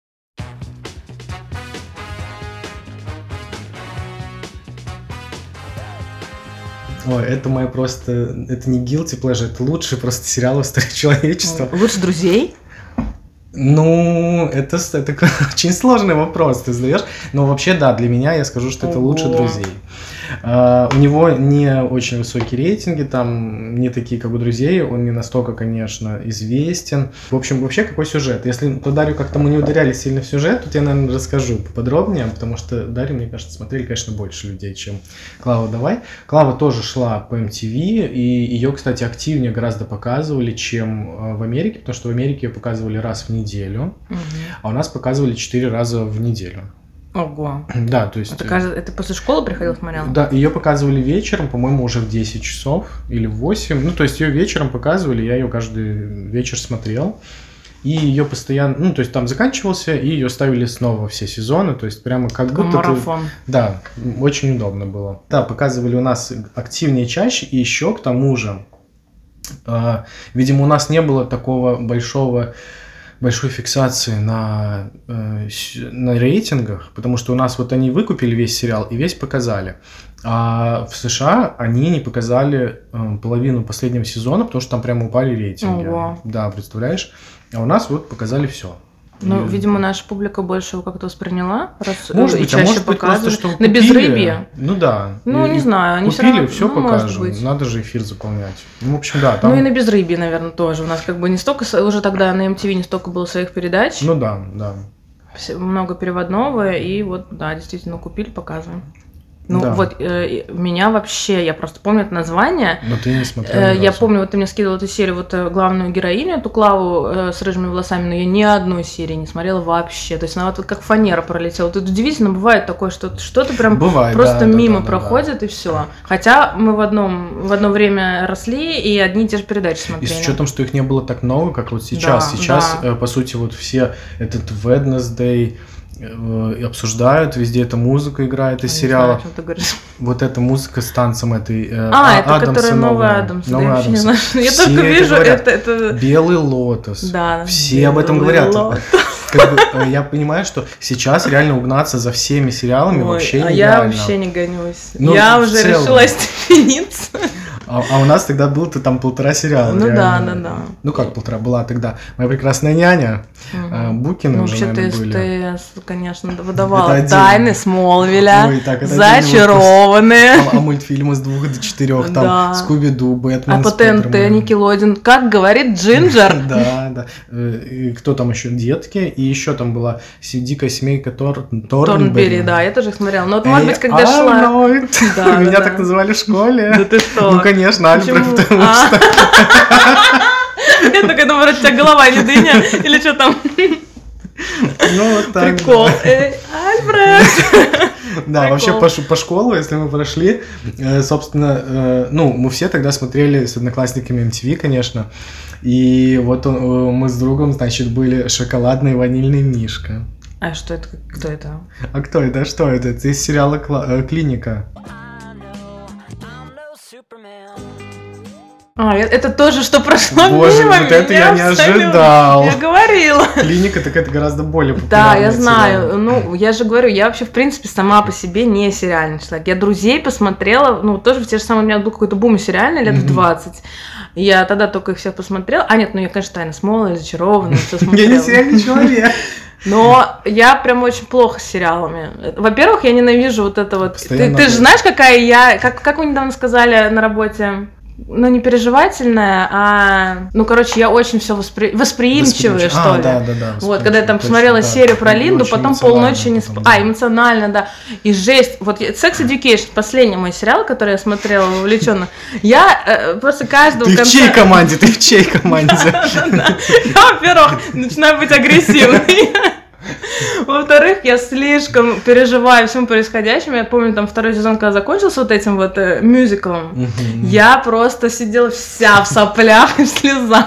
Ой, это моя просто... Это не guilty pleasure, это лучший просто сериал в истории человечества. Лучше «Друзей»? Ну, это, с- это к- очень сложный вопрос ты задаешь. Но вообще, да, для меня я скажу, что это Ого. лучше друзей. А, у него не очень высокие рейтинги, там не такие, как у друзей, он не настолько, конечно, известен. В общем, вообще, какой сюжет? Если по Дарью как-то мы не ударяли сильно в сюжет, то я, наверное, расскажу поподробнее, потому что Дарью, мне кажется, смотрели, конечно, больше людей, чем Клава «Давай». Клава тоже шла по эм ти ви, и ее, кстати, активнее гораздо показывали, чем э, в Америке, потому что в Америке ее показывали раз в неделю, Мгм. а у нас показывали четыре раза в неделю. Ого. Да, то есть... Это, кажется, это после школы приходил, смотрел? Да, ее показывали вечером, по-моему, уже в десять часов или в восемь. Ну, то есть ее вечером показывали, я ее каждый вечер смотрел. И ее постоянно, ну, то есть там заканчивался, и ее ставили снова все сезоны, то есть прямо как Такой будто... ты- марафон. Да, очень удобно было. Да, показывали у нас активнее, чаще, и еще к тому же, э, видимо, у нас не было такого большого большой фиксации на, э, с- на рейтингах, потому что у нас вот они выкупили весь сериал и весь показали. А в США они не показали э, половину последнего сезона, потому что там прямо упали рейтинги. Ого. Да, представляешь? А у нас вот показали все. Ну, видимо, наша публика больше его как-то восприняла, раз Может и быть, а чаще может быть просто, показывали. что На купили. безрыбье. Ну да. Ну, И- не знаю, они всё Купили, равно- все ну, может покажем. быть. Надо же эфир заполнять. Ну, в общем, да. Там... Ну и на безрыбье, наверное, тоже. У нас как бы не столько, с- уже тогда на эм ти ви не столько было своих передач, Ну да, да. все- много переводного, и вот, да, действительно, купили, показываем. Ну Да. вот, э, меня вообще, я просто помню это название. Но ты не смотрел. Э, ни Я разу. помню, вот ты мне скидывал эту серию, вот э, главную героиню, эту Клаву э, с рыжими волосами, но я ни одной серии не смотрела вообще. То есть она вот, вот как фанера пролетела. Тут удивительно бывает такое, что что-то прям Бывает, просто да, да, мимо да, да, проходит и все. Хотя мы в одном в одно время росли и одни и те же передачи И смотрели. с учетом, что их не было так много, как вот сейчас. Да, Сейчас, да. э, по сути, вот все этот Wednesday э, обсуждают, везде эта музыка играет из Я не сериала. знаю, о чём ты говоришь. Вот эта музыка с танцем этой э, А, А- это Адамса которая новая новая. Адамс. да, Новая я вообще не Адамс. знаю. Я Все только это вижу говорят. это. это... Белый лотос. Да, Все об этом Белый говорят. лотос. Как бы, э, я понимаю, что сейчас реально угнаться за всеми сериалами Ой, вообще а я нереально. вообще не гонюсь. Ну, я в уже целом. решила остепениться. А, а у нас тогда было-то там полтора сериала. Ну да, реально. да, да. Ну как полтора? Была тогда «Моя прекрасная няня», Мгм. э, Букины Ну, уже, вообще, наверное, ты были. СТС, конечно, выдавала Это «Тайны Смолвиля», Ой, так, это «Зачарованные», А, а мультфильмы с двух до четырех, там Да. Скуби-Ду, Бэтмен а по с ТНТ Суперменом. Никелодин. Как говорит Джинджер. Да, да. Э, и кто там еще? Детки. И еще там была си- дикая семейка Тор... Торнберри, да, я тоже их смотрела. Но вот, может быть, когда Эй, шла... Арнольд! Да, Меня да, так да. называли в школе. Да ты что? Ну, конечно, Альбрехт, Почему? потому А. что... Я такая думаю, у тебя голова не дыня? Или что там? Ну, вот так. Прикол. да. Эй, Альбрехт! Да, Прикол. вообще по, ш- по школу, если мы прошли, э, собственно, э, ну, мы все тогда смотрели с одноклассниками эм ти ви, конечно, и вот он, э, мы с другом, значит, были шоколадный ванильный мишка. А что это? Кто это? А кто это? Что это? Это из сериала Кла- э, «Клиника». I know I'm no Superman. А, это тоже, что прошло Боже, мимо вот это меня я не абсолютно. ожидал. Я говорила. Клиника, так это гораздо более Да, популярный я знаю. сериал. Ну, я же говорю, я вообще, в принципе, сама по себе не сериальный человек. Я «Друзей» посмотрела, ну, тоже в те же самые, у меня был какой-то бум сериальный лет в двадцать. Я тогда только их всех посмотрела. А, нет, ну, я, конечно, «Тайна Смолвиля», «Зачарованная», все смотрела. Я не сериальный человек. Но я прям очень плохо с сериалами. Во-первых, я ненавижу вот это вот... Ты, ты же знаешь, какая я... Как, как вы недавно сказали на работе? Ну, не переживательная, а... Ну, короче, я очень все воспри... восприимчивая, что а, ли. Да, да, да. Вот, когда я там посмотрела да. серию про Линду, потом полночи не спала. Да. А, эмоционально, да. И жесть. Вот Sex Education, последний мой сериал, который я смотрела вовлеченно. Я э, просто каждого Ты конца... в чьей команде? Ты в чьей команде? Я, во-первых, начинаю быть агрессивной. Во-вторых, я слишком переживаю всем происходящему. Я помню, там второй сезон, когда закончился вот этим вот э, мюзиклом, mm-hmm. я просто сидела вся в соплях и в слезах.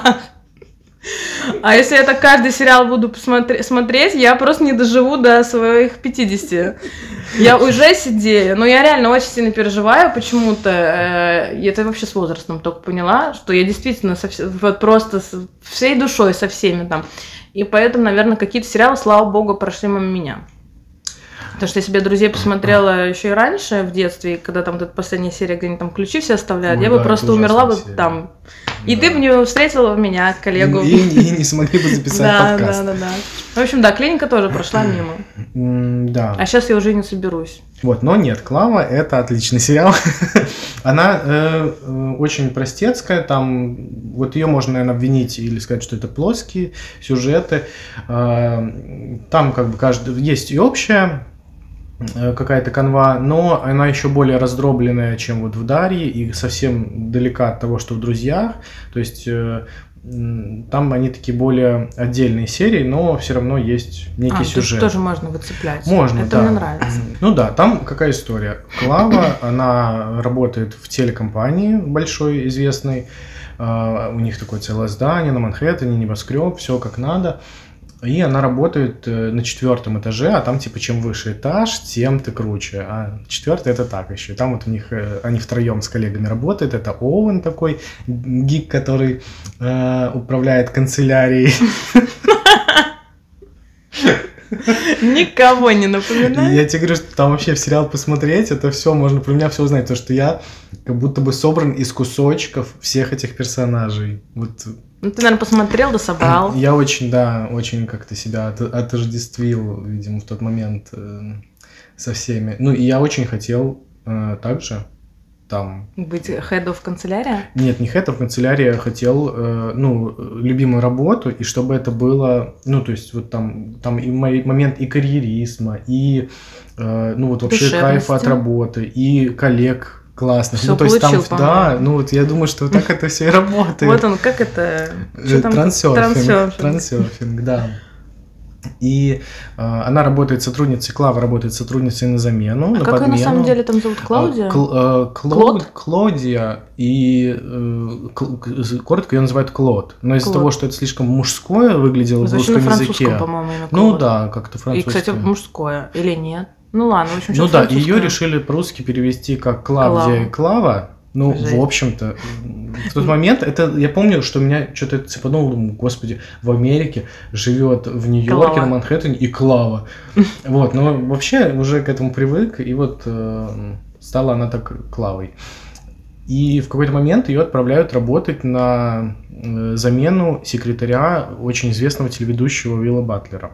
А если я так каждый сериал буду посмотри- смотреть, я просто не доживу до своих пятидесяти. Я уже сидею. Но я реально очень сильно переживаю почему-то. Э, это вообще с возрастом только поняла, что я действительно со вс- вот просто с всей душой со всеми там. И поэтому, наверное, какие-то сериалы, слава богу, прошли мимо меня. Потому что я себе «Друзей» посмотрела еще и раньше, в детстве, и когда там вот эта последняя серия, где они там ключи все оставляют, Ой, я да, бы просто умерла бы серия. Там. И да. Ты бы не встретила меня, коллегу. И, и, и не смогли бы записать да, подкаст. Да, да, да. В общем, да, «Клиника» тоже прошла мимо. Да. А сейчас я уже не соберусь. Вот, но нет, «Клава» — это отличный сериал. Она э, очень простецкая, там, вот ее можно, наверное, обвинить или сказать, что это плоские сюжеты. Э, там как бы каждый, есть и общая какая-то канва, но она еще более раздробленная, чем вот в «Дарье», и совсем далека от того, что в «Друзьях». То есть э, там они такие более отдельные серии, но все равно есть некий а, сюжет. Тоже можно выцеплять. Можно, это да. мне нравится. Ну да, там какая история. Клава, она работает в телекомпании большой, известной. Uh, у них такое целое здание на Манхэттене, небоскреб, все как надо. И она работает на четвертом этаже, а там типа чем выше этаж, тем ты круче. А четвертый это так еще. И там вот у них они втроем с коллегами работают. Это Оуэн такой гик, который э, управляет канцелярией. Никого не напоминаю. Я тебе говорю, что там вообще в сериал посмотреть, это все можно про меня все узнать, потому что я как будто бы собран из кусочков всех этих персонажей. Вот. Ну, ты, наверное, посмотрел, да собрал. Я очень, да, очень как-то себя от, отождествил, видимо, в тот момент э, со всеми. Ну, и я очень хотел э, также там... Быть head of канцелярия? Нет, не head of канцелярия, я хотел, э, ну, любимую работу, и чтобы это было, ну, то есть вот там, там и момент и карьеризма, и, э, ну, вот вообще кайфа от работы, и коллег классно. Все ну, то есть получил, там, да, ну вот я думаю, что так это все и работает. Вот он, как это? Трансерфинг. Трансерфинг, да. И э, она работает сотрудницей, Клава работает сотрудницей на замену, а на как подмену. ее на самом деле там зовут? Клаудия? Кл, э, Клод? Клодия, и э, коротко ее называют Клод. Но из-за Клод. того, что это слишком мужское выглядело в русском языке. по-моему, имя Ну Клод. да, как-то французское. И, кстати, мужское или нет? Ну ладно, в общем, ну да, ее решили по-русски перевести как Клавдия Клава. и Клава. Ну, Жесть. В общем-то, в тот момент, это я помню, что меня что-то цепануло, думаю, господи, в Америке живет в Нью-Йорке, на Манхэттене и Клава. Вот, но вообще уже к этому привык, и вот э, стала она так Клавой. И в какой-то момент ее отправляют работать на э, замену секретаря очень известного телеведущего Уилла Батлера.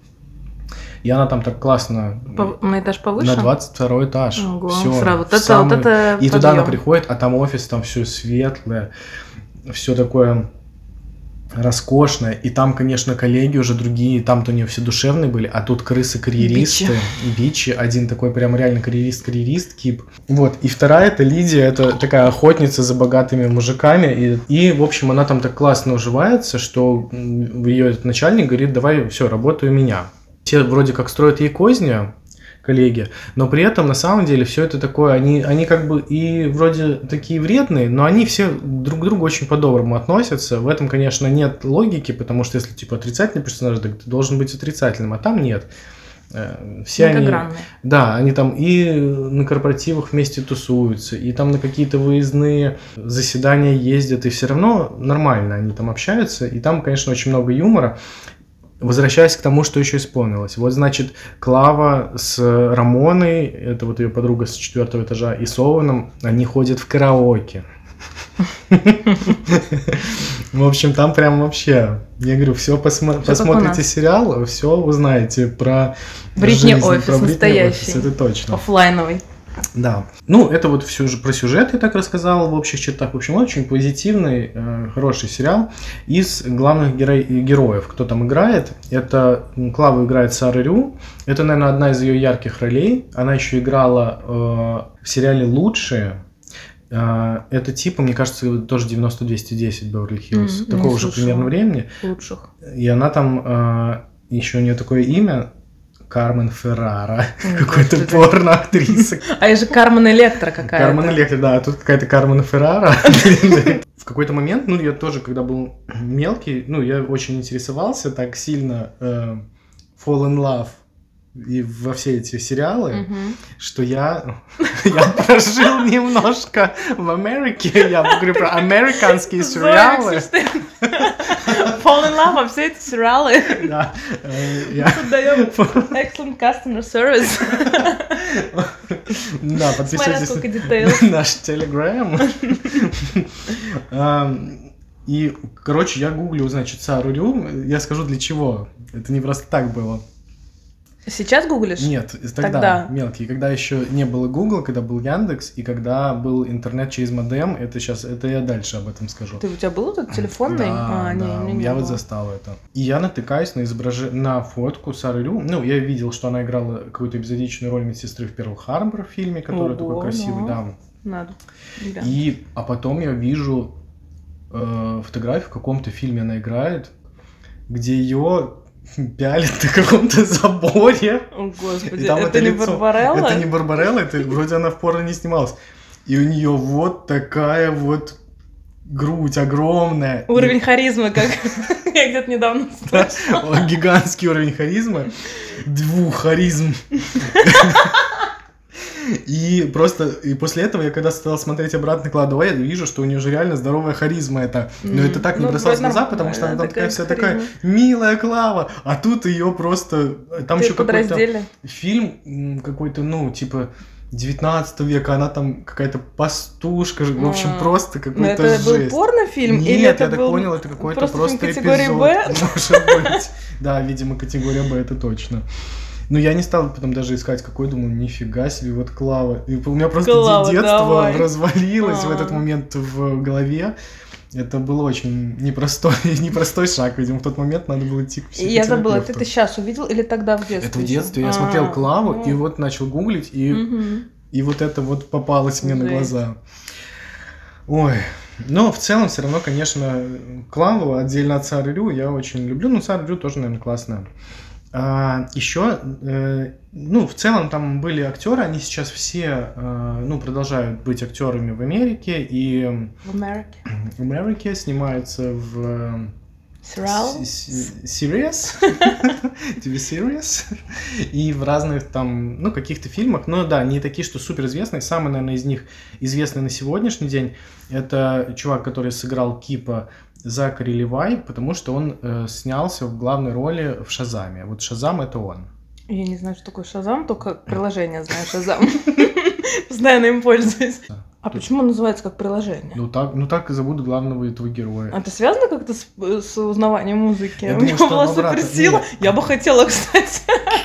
И она там так классно... По, на этаж повыше? На двадцать второй этаж. Ого, всё, сразу. Вот это, самый... вот это И туда она приходит, а там офис, там все светлое, все такое роскошное. И там, конечно, коллеги уже другие, там-то у нее все душевные были, а тут крысы-карьеристы, бичи. бичи. Один такой прям реально карьерист-карьерист, кип. Вот. И вторая, это Лидия, это такая охотница за богатыми мужиками. И, и в общем, она там так классно уживается, что ее этот начальник говорит, давай, все, работай у меня. Все вроде как строят ей козни, коллеги, но при этом на самом деле все это такое, они, они как бы и вроде такие вредные, но они все друг к другу очень по-доброму относятся. В этом, конечно, нет логики, потому что если типа отрицательный персонаж, так ты должен быть отрицательным, а там нет. Э, все они, да, они там и на корпоративах вместе тусуются, и там на какие-то выездные заседания ездят, и все равно нормально они там общаются, и там, конечно, очень много юмора. Возвращаясь к тому, что еще исполнилось. Вот, значит, Клава с Рамоной, это вот ее подруга с четвертого этажа, и с Оуэном, они ходят в караоке. В общем, там прям вообще, я говорю, все посмотрите сериал, все узнаете про Бритни Офис настоящий. Это точно. Оффлайновый. Да. Ну, это вот все же про сюжет я так рассказал в общих чертах. В общем, очень позитивный, э, хороший сериал. Из главных геро- героев, кто там играет, это Клаву играет Сара Рю. Это, наверное, одна из ее ярких ролей. Она еще играла э, в сериале «Лучшие». Э, это типа, мне кажется, тоже девяносто двести десять Беверли-Хиллз. Mm-hmm. Такого же примерно времени. Лучших. И она там, э, еще у нее такое имя, Кармен Феррара, mm, какой-то порно-актриса. А это же Кармен Электро какая-то. Кармен Электро, да, а тут какая-то Кармен Феррара. В какой-то момент, ну, я тоже, когда был мелкий, ну, я очень интересовался так сильно э, Fall in Love и во все эти сериалы, mm-hmm. что я, я прожил немножко в Америке, я говорю про американские сериалы. Fall in Love, а все эти сериалы. Да. Тут даем excellent customer service. Да, подписывайтесь на наш Telegram. И, короче, я гуглю, значит, Сару Рю. Я скажу, для чего. Это не просто так было. Сейчас гуглишь? Нет, тогда, тогда мелкий, когда еще не было Google, когда был Яндекс, и когда был интернет через модем, это сейчас, это я дальше об этом скажу. Ты, у тебя был этот телефонный? Да, а, да, не, не я было. Вот застал это. И я натыкаюсь на изображение, на фотку Сары Рю. Ну, я видел, что она играла какую-то эпизодичную роль медсестры в Перл Харбор фильме, который Ого, такой красивый, ну, да. Надо. Да. И, а потом я вижу э, фотографию, в каком-то фильме она играет, где ее пялит на каком-то заборе. О, Господи, это, это не лицо. Барбарелла? Это не Барбарелла, это вроде она в порно не снималась. И у нее вот такая вот грудь огромная. Уровень и... харизмы, как я где-то недавно слышала. Гигантский уровень харизмы. Двух харизм. И просто, и после этого я когда стал смотреть обратно кладовой, я вижу, что у нее же реально здоровая харизма это. Но mm. это так не ну, бросалось в глаза, потому что она там такая вся такая милая Клава, а тут ее просто... Там Ты еще какой-то фильм, какой-то, ну, типа... девятнадцатого века, она там какая-то пастушка, а, в общем, просто какой-то это жесть. Это был порнофильм? Нет, или это я так был понял, это какой-то просто, просто категории эпизод. Б? Может быть. Да, видимо, категория Б, это точно. Ну, я не стал потом даже искать, какой, думаю, нифига себе, вот Клава. И у меня просто Клава, детство давай. развалилось А-а-а. в этот момент в голове. Это был очень непростой, непростой шаг, видимо, в тот момент надо было идти к психотерапевту. Я забыла, ты это сейчас увидел или тогда в детстве? Это в детстве, я смотрел Клаву и вот начал гуглить, и, и вот это вот попалось мне на глаза. Ой, но в целом все равно, конечно, Клаву отдельно от Сары Рю я очень люблю, но Сара Рю тоже, наверное, классная. А, еще, э, ну, в целом там были актеры, они сейчас все, э, ну, продолжают быть актерами в Америке и в Америке, в Америке снимаются в Serial? Serious? ти ви Serious? И в разных там, ну, каких-то фильмах, но да, не такие, что суперизвестные. Самый, наверное, из них известный на сегодняшний день это чувак, который сыграл Кипа, Закари Левай, потому что он э, снялся в главной роли в Шазаме. Вот Шазам — это он. Я не знаю, что такое Шазам, только приложение знаю Шазам. Постоянно им пользуюсь. А почему он называется как приложение? Ну так, ну так и зовут главного этого героя. А это связано как-то с, с узнаванием музыки? Я У думаю, него была суперсила. Я бы хотела, кстати.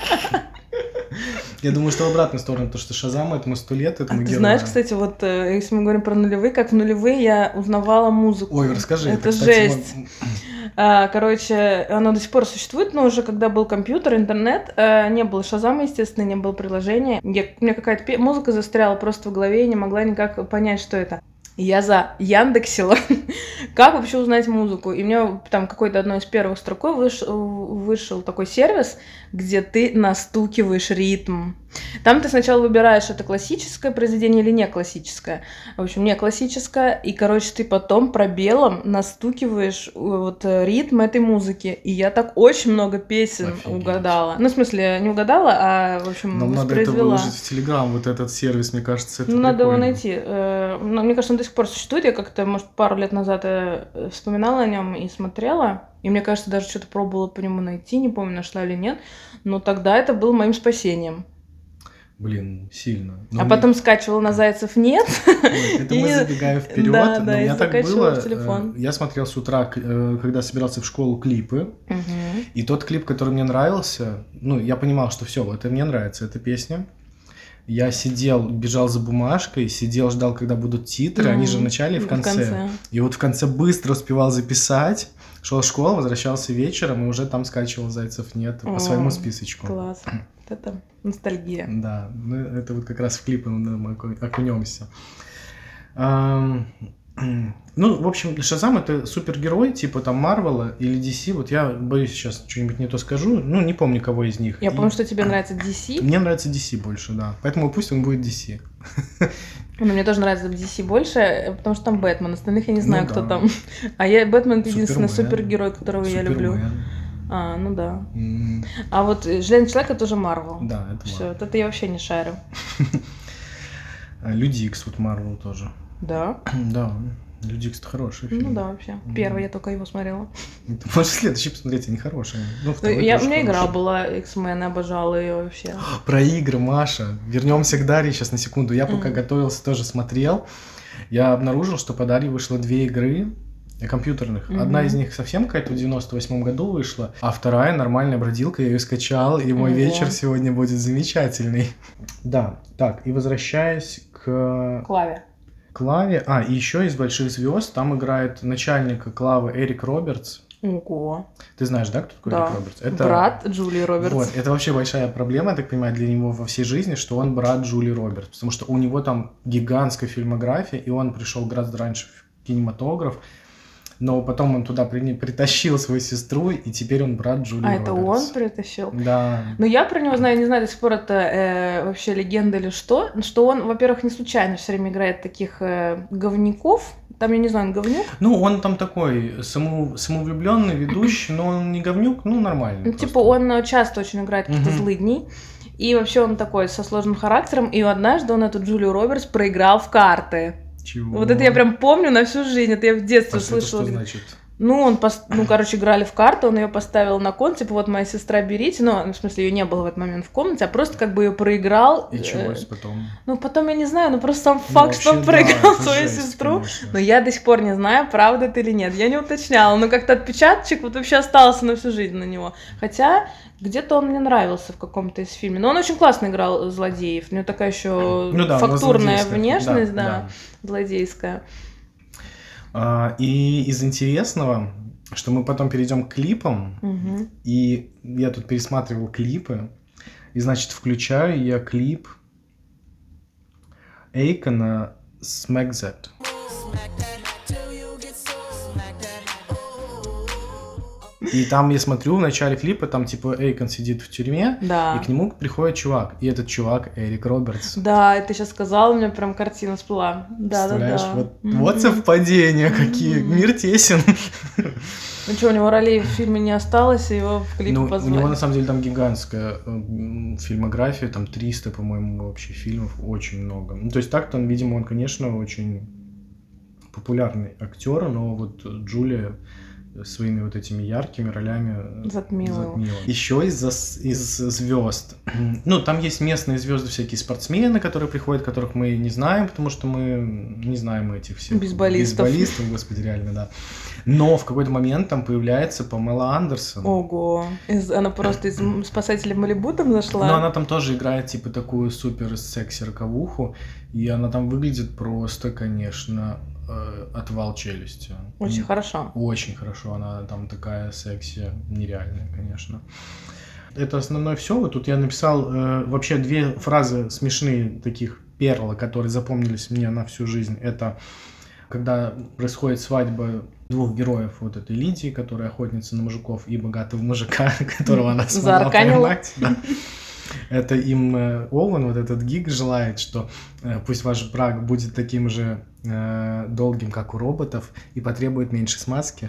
Я думаю, что в обратную сторону, потому что Шазам этому сто лет, этому а герою. Ты знаешь, кстати, вот если мы говорим про нулевые, как в нулевые я узнавала музыку. Ой, расскажи. Это, это кстати, жесть. Вот... А, короче, оно до сих пор существует, но уже когда был компьютер, интернет, а, не было Шазама, естественно, не было приложения. Я, у меня какая-то пе- музыка застряла просто в голове, и не могла никак понять, что это. Я за Яндексила, как вообще узнать музыку. И мне там какой-то одной из первых строкой выш... вышел такой сервис, где ты настукиваешь ритм. Там ты сначала выбираешь, это классическое произведение или не классическое. В общем, не классическое. И, короче, ты потом пробелом настукиваешь вот ритм этой музыки. И я так очень много песен Офигеть. угадала. Ну, в смысле, не угадала, а, в общем, Нам воспроизвела. надо это выложить в Телеграм, вот этот сервис, мне кажется, это Ну, прикольно. надо его найти. Но, мне кажется, он до сих пор существует. Я как-то, может, пару лет назад вспоминала о нем и смотрела. И мне кажется, даже что-то пробовала по нему найти. Не помню, нашла или нет. Но тогда это было моим спасением. Блин, сильно. Но а мне... потом скачивала на Зайцев нет. Ой, это мы забегаем вперед. Да, но да, у меня так было. В телефон. Я смотрел с утра, когда собирался в школу, клипы. Угу. И тот клип, который мне нравился, ну, я понимал, что все, это мне нравится, эта песня. Я сидел, бежал за бумажкой, сидел, ждал, когда будут титры. Mm-hmm. Они же в начале и в конце. в конце. И вот в конце быстро успевал записать. Шел в школу, возвращался вечером и уже там скачивал «Зайцев нет» по О, своему списочку. Класс. Вот это ностальгия. Да, ну это вот как раз в клипы мы окунемся. Um, ну, в общем, Шазам — это супергерой, типа там Марвела или ди си. Вот я боюсь, сейчас что-нибудь не то скажу. Ну, не помню, кого из них. Я и... помню, что тебе нравится ди си. Мне нравится ди си больше, да. Поэтому пусть он будет ди си. Ну, мне тоже нравится ди си больше, потому что там Бэтмен. Остальных я не знаю, ну, кто да. там. А я Бэтмен — это единственный Супермен. супергерой, которого Супермен. я люблю. А, ну да. Mm. А вот Железный человек — это тоже Марвел. Да, это Все, Marvel. вот это я вообще не шарю. Люди Икс вот Марвел тоже. Да? Да. Люди Икс — это хороший фильм. Ну да, вообще. Первый я только его смотрела. Ты можешь следующий посмотреть, они хорошие. Ну, ну, я, у меня хороший. игра была X-Men, обожала ее вообще. Про игры, Маша. Вернемся к Дарье сейчас на секунду. Я пока mm. готовился, тоже смотрел. Я обнаружил, что по Дарье вышло две игры компьютерных. Mm-hmm. Одна из них совсем какая-то в девяносто восьмом году вышла, а вторая нормальная бродилка, я ее скачал, и мой mm-hmm. вечер сегодня будет замечательный. Да, так, и возвращаясь к... Клаве. Клаве. А, и еще из «Больших звезд» там играет начальник Клавы Эрик Робертс. Ого. Ты знаешь, да, кто такой да. Эрик Робертс? Это... Брат Джулии Робертс. Вот, это вообще большая проблема, я так понимаю, для него во всей жизни, что он брат Джулии Робертс, потому что у него там гигантская фильмография, и он пришел гораздо раньше в кинематограф, но потом он туда при... притащил свою сестру, и теперь он брат Джулии а Робертс. А это он притащил? Да. Но я про него знаю, не знаю до сих пор, это э, вообще легенда или что, что он, во-первых, не случайно все время играет таких э, говняков. Там, я не знаю, он говнюк? Ну, он там такой саму... самовлюбленный ведущий, но он не говнюк, ну, нормальный. Ну, типа, он часто очень играет какие-то угу. злыдней. И вообще он такой со сложным характером. И однажды он эту Джулию Робертс проиграл в карты. Чего? Вот это я прям помню на всю жизнь. Это я в детстве а слышала. Это что значит? Ну, он, пос... ну, короче, играли в карты, он ее поставил на кон, типа, вот моя сестра, берите. Ну, в смысле, ее не было в этот момент в комнате, а просто как бы ее проиграл. И чего потом? Ну, потом я не знаю, ну, просто сам факт, ну, что он проиграл да, свою жесть, сестру. Конечно. Но я до сих пор не знаю, правда это или нет. Я не уточняла, но как-то отпечаточек вот вообще остался на всю жизнь на него. Хотя где-то он мне нравился в каком-то из фильмов. Но он очень классно играл злодеев. У него такая еще ну, да, фактурная внешность, да, да, да, злодейская. А, и из интересного, что мы потом перейдем к клипам, угу. и я тут пересматривал клипы, и, значит, включаю я клип Эйкона «Smack That». И там я смотрю в начале клипа, там типа Эйкон сидит в тюрьме, да. и к нему приходит чувак, и этот чувак Эрик Робертс. Да, ты сейчас сказал, у меня прям картина всплыла. Да, Представляешь, да, да. вот, mm-hmm. вот совпадения mm-hmm. какие, мир тесен. Ну что, у него ролей в фильме не осталось, и его в клипе ну, позвали. У него на самом деле там гигантская фильмография, там триста, по-моему, вообще фильмов, очень много. Ну, то есть так-то он, видимо, он, конечно, очень популярный актер, но вот Джулия своими вот этими яркими ролями затмила. затмила. Еще из, из звезд. Ну, там есть местные звезды, всякие спортсмены, которые приходят, которых мы не знаем, потому что мы не знаем этих всех. Бейсболистов. Бейсболистов, господи, реально, да. Но в какой-то момент там появляется Памела Андерсон. Ого. Из, она просто из «Спасателей Малибу» там зашла? Но она там тоже играет, типа, такую супер секси-роковуху, и она там выглядит просто, конечно... отвал челюсти. Очень хорошо. Очень хорошо. Она там такая секси, нереальная, конечно. Это основное все. Вот тут я написал э, вообще две фразы смешные, таких перла, которые запомнились мне на всю жизнь. Это когда происходит свадьба двух героев, вот этой Лидии, которая охотница на мужиков, и богатого мужика, которого она смогла поймать. Это им э, Оуэн, вот этот гик, желает, что э, пусть ваш брак будет таким же э, долгим, как у роботов, и потребует меньше смазки.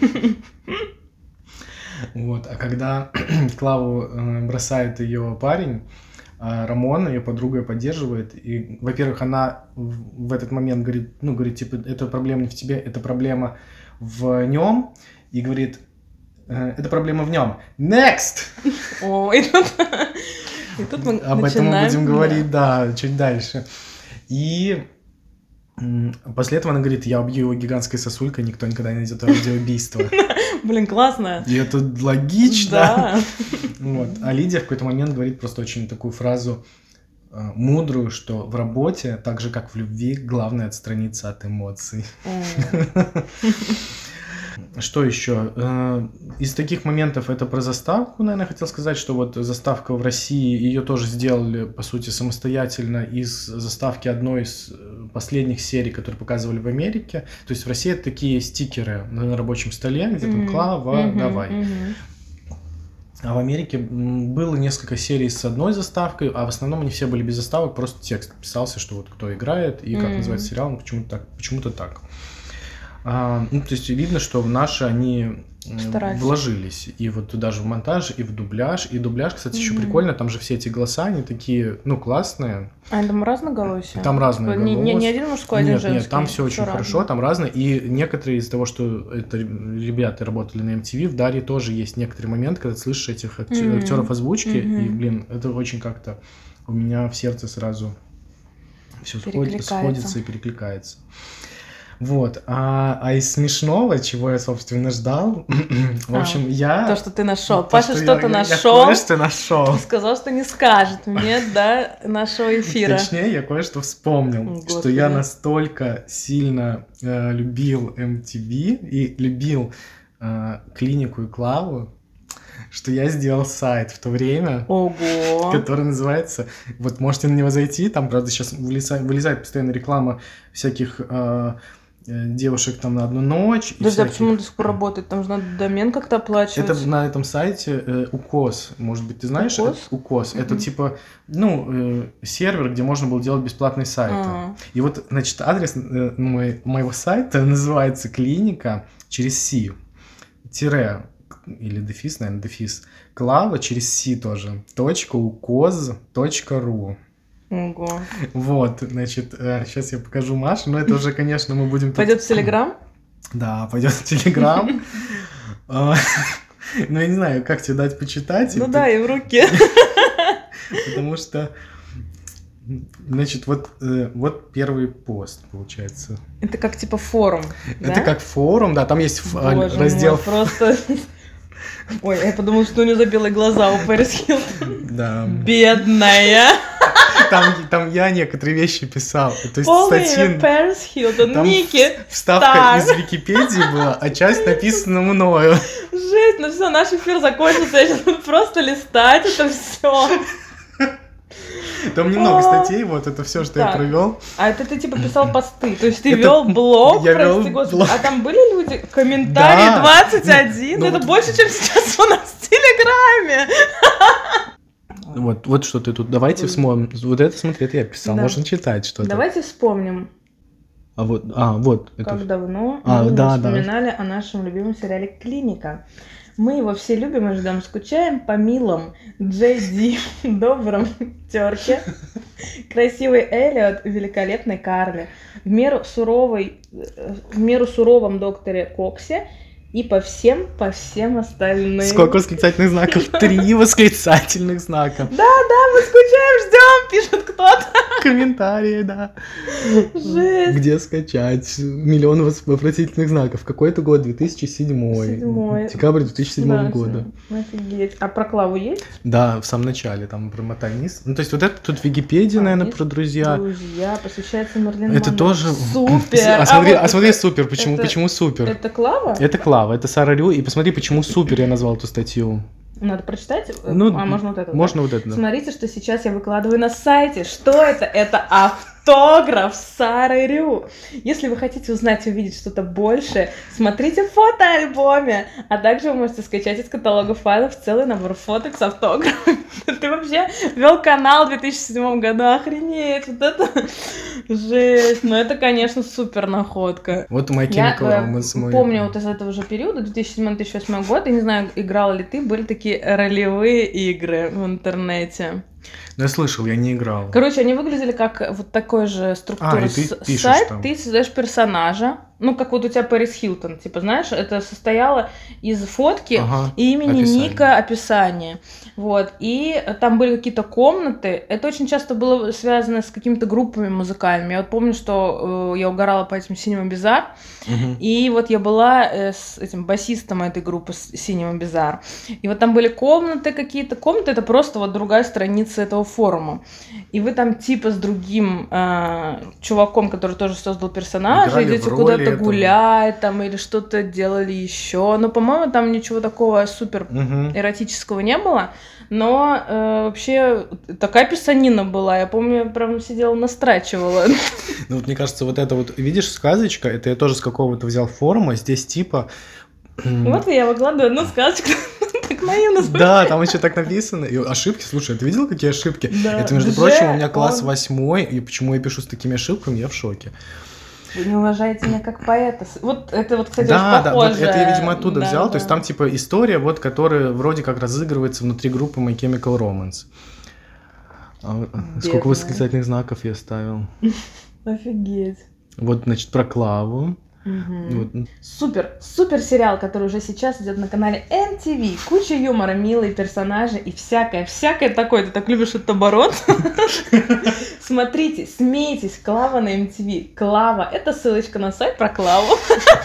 Вот. А когда Клаву э, бросает ее парень, э, Рамон, ее подруга, поддерживает. И, во-первых, она в, в этот момент говорит, ну, говорит, типа, это проблема не в тебе, это проблема в нем. И говорит, э, это проблема в нем. Next! О, и тут, и тут мы Об этом мы будем говорить, да, чуть дальше. И м, после этого она говорит, я убью его гигантской сосулькой, никто никогда не найдет радиоубийство. Блин, классно. И это логично. Да. Вот. А Лидия в какой-то момент говорит просто очень такую фразу э, мудрую, что в работе, так же как в любви, главное отстраниться от эмоций. Что еще? Э, из таких моментов это про заставку, наверное, хотел сказать, что вот заставка в России, ее тоже сделали, по сути, самостоятельно из заставки одной из последних серий, которые показывали в Америке. То есть в России это такие стикеры на рабочем столе, где там «Клава, давай». А в Америке было несколько серий с одной заставкой, а в основном они все были без заставок, просто текст писался, что вот кто играет и как mm-hmm. называется сериал, ну, почему-то так. Почему-то так. А, ну, то есть видно, что в наши они Стараюсь. вложились. И вот даже в монтаж, и в дубляж. И дубляж, кстати, mm-hmm. еще прикольно, там же все эти голоса, они такие, ну, классные. А там разноголосие? Там разные голоса. Не, не один мужской, один нет, женский? Нет, там все очень разное. хорошо, там разные. И некоторые из того, что это ребята работали на эм ти ви, в Дарье тоже есть некоторые моменты, когда ты слышишь этих актер, mm-hmm. актеров озвучки, mm-hmm. и, блин, это очень как-то у меня в сердце сразу все сходится и перекликается. Вот, а, а из смешного, чего я, собственно, ждал, в общем, а, я... То, что ты нашел. То, Паша что что-то я, нашел. Я кое-что нашел. И сказал, что не скажет мне до нашего эфира. Точнее, я кое-что вспомнил, Господи. Что я настолько сильно э, любил эм ти ви и любил э, клинику и Клаву, что я сделал сайт в то время, Ого. который называется, вот можете на него зайти, там, правда, сейчас вылезает, вылезает постоянно реклама всяких... Э, девушек там на одну ночь. Подожди, всяких... а почему он до сих пор работает? Там же надо домен как-то оплачивать. Это на этом сайте э, УКОС, может быть, ты знаешь? УКОС? Это, УКОС. Mm-hmm. Это типа, ну, э, сервер, где можно было делать бесплатные сайты. Uh-huh. И вот, значит, адрес э, мой, моего сайта называется клиника через Си, тире, или дефис, наверное, дефис, Клава через Си тоже, точка укоз точка ру. Ого. Вот, значит, сейчас я покажу Маше, но это уже, конечно, мы будем... Пойдет в Телеграм? Да, пойдет в Телеграм. Ну, я не знаю, как тебе дать почитать. Ну да, и в руки. Потому что, значит, вот, вот первый пост, получается. Это как типа форум, Это как форум, да, там есть раздел... просто... Ой, я подумала, что у нее забило глаза у Пэрис Хилтон. Да. Бедная. Там, там я некоторые вещи писал. То есть Полная статьи... Пэрис Хилтон, там Ники вставка Стар. Из Википедии была, а часть написана мною. Жесть, ну все, наш эфир закончился, я сейчас буду просто листать это все. Там немного статей, вот это все, что так. я провел. А это ты типа писал посты, то есть ты это... вел блог, я прости вел господи. Блог. А там были люди, комментарии да. двадцать один, ну, это вот... больше, чем сейчас у нас в Телеграме. Вот, вот что ты тут, давайте вспомним, вот это, смотри, это я писал, да. можно читать что-то. Давайте вспомним. А вот, а, вот. Как это... давно а, мы да, вспоминали да. о нашем любимом сериале «Клиника». Мы его все любим и ждем, скучаем по милым Джей Ди, добром Терке, красивый Эллиот, великолепной Карли, в меру суровой, в меру суровом докторе Коксе и по всем, по всем остальным. Сколько восклицательных знаков? Три восклицательных знака. Да, да, мы скучаем, ждем, пишет кто-то. Комментарии, да. Жесть. Где скачать? Миллион вопросительных знаков. Какой это год? две тысячи седьмой. Седьмой. Декабрь две тысячи седьмого да, года. Офигеть. А про Клаву есть? Да, в самом начале, там про мотонист. Ну, то есть вот это тут Википедия, а, наверное, про друзья. Друзья, посвящается Марлен Это Монро. тоже... Супер! А, а, смотри, а смотри, супер. Почему, это... почему супер? Это Клава? Это Клава, это Сара Рю. И посмотри, почему супер я назвал эту статью. Надо прочитать? Ну, а можно вот это? Можно вот, вот это, да. Смотрите, что сейчас я выкладываю на сайте. Что это? Это автор. автограф Сары Рю. Если вы хотите узнать и увидеть что-то большее, смотрите в фотоальбоме, а также вы можете скачать из каталога файлов целый набор фоток с автографом. Ты вообще вел канал в две тысячи седьмом году, охренеть, вот это жесть. Но это, конечно, супер находка. Вот My Chemical Romance мой. Помню вот из этого же периода, две тысячи седьмой - две тысячи восьмой год, я не знаю, играла ли ты, были такие ролевые игры в интернете. Ну, я слышал, я не играл. Короче, они выглядели как вот такой же структура а, и ты с- пишешь сайт, там. ты создаешь персонажа, ну, как вот у тебя Пэрис Хилтон, типа, знаешь, это состояло из фотки, Ага, имени, описание. ника, описания, вот, и там были какие-то комнаты, это очень часто было связано с какими-то группами музыкальными, я вот помню, что э, я угорала по этим Cinema Bizarre, Мгм. и вот я была э, с этим басистом этой группы с- Cinema Bizarre. И вот там были комнаты какие-то. Комнаты — это просто вот другая страница этого форума. И вы там типа с другим э, чуваком, который тоже создал персонажа, Играли идете в роли куда-то этого. гулять там или что-то делали еще. Но, по-моему, там ничего такого супер Мгм. эротического не было. Но э, вообще такая писанина была. Я помню, я прям сидела, настрачивала. Ну, вот мне кажется, вот это вот, видишь, сказочка, это я тоже с какого-то взял форума, здесь типа... м, Вот я выкладываю одну сказочку. Так наивно. Да, там еще так написано. И ошибки, слушай, ты видел, какие ошибки? Да. Это, между Же прочим, у меня класс он- восьмой, и почему я пишу с такими ошибками, я в шоке. Вы не уважаете меня как поэта. Вот это вот, кстати, Да, очень да, похоже. вот это я, видимо, оттуда Да, взял. да. То есть там типа история, вот, которая вроде как разыгрывается внутри группы My Chemical Romance. А, сколько Бедная. восклицательных знаков я ставил. Офигеть. Вот, значит, про Клаву. Мгм. Вот. Супер, супер сериал, который уже сейчас идет на канале эм ти ви. Куча юмора, милые персонажи и всякое, всякое такое. Ты так любишь этот оборот? Смотрите, смейтесь, Клава на эм ти ви. Клава, это ссылочка на сайт про Клаву.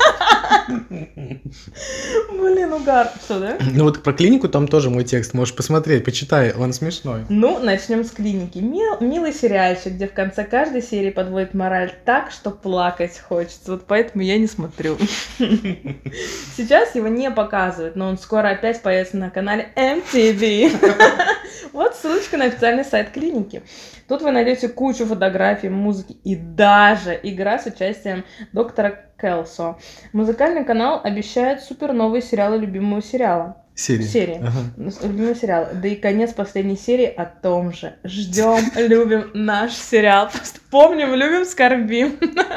Блин, угар. Что, да? Ну вот про клинику там тоже мой текст. Можешь посмотреть, почитай, он смешной. Ну, начнем с клиники. Мил- милый сериальчик, где в конце каждой серии подводит мораль так, что плакать хочется. Вот поэтому я не смотрю. Сейчас его не показывают, но он скоро опять появится на канале эм ти ви. Вот ссылочка на официальный сайт клиники. Тут вы найдете кучу фотографий, музыки и даже игра с участием доктора Келсо. Музыкальный канал обещает супер новые сериалы любимого сериала. Серия. Серии. Ага. Любимого сериала. Да и конец последней серии о том же. Ждем, любим наш сериал. Просто помним, любим, скорбим.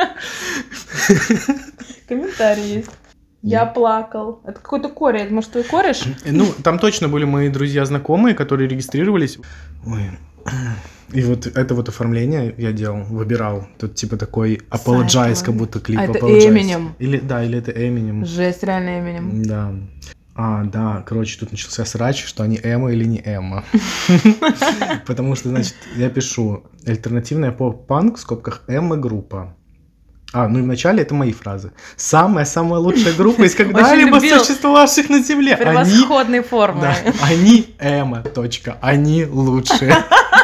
Комментарий есть. Я плакал. Это какой-то кореш. Это, может, твой кореш? Ну, там точно были мои друзья-знакомые, которые регистрировались. Ой. И вот это вот оформление я делал, выбирал. Тут типа такой apologize, Сайт, как будто клип А это apologize. Eminem. Или, да, или это Eminem. Жесть, реально Эминем. Да. А, да, короче, тут начался срач, что они Эма или не Эма. Потому что, значит, я пишу альтернативная поп-панк в скобках Эма группа. А, ну и вначале это мои фразы. Самая-самая лучшая группа из когда-либо любил. существовавших на Земле. Они, Превосходной формы. да, они Эма, точка. Они лучшие.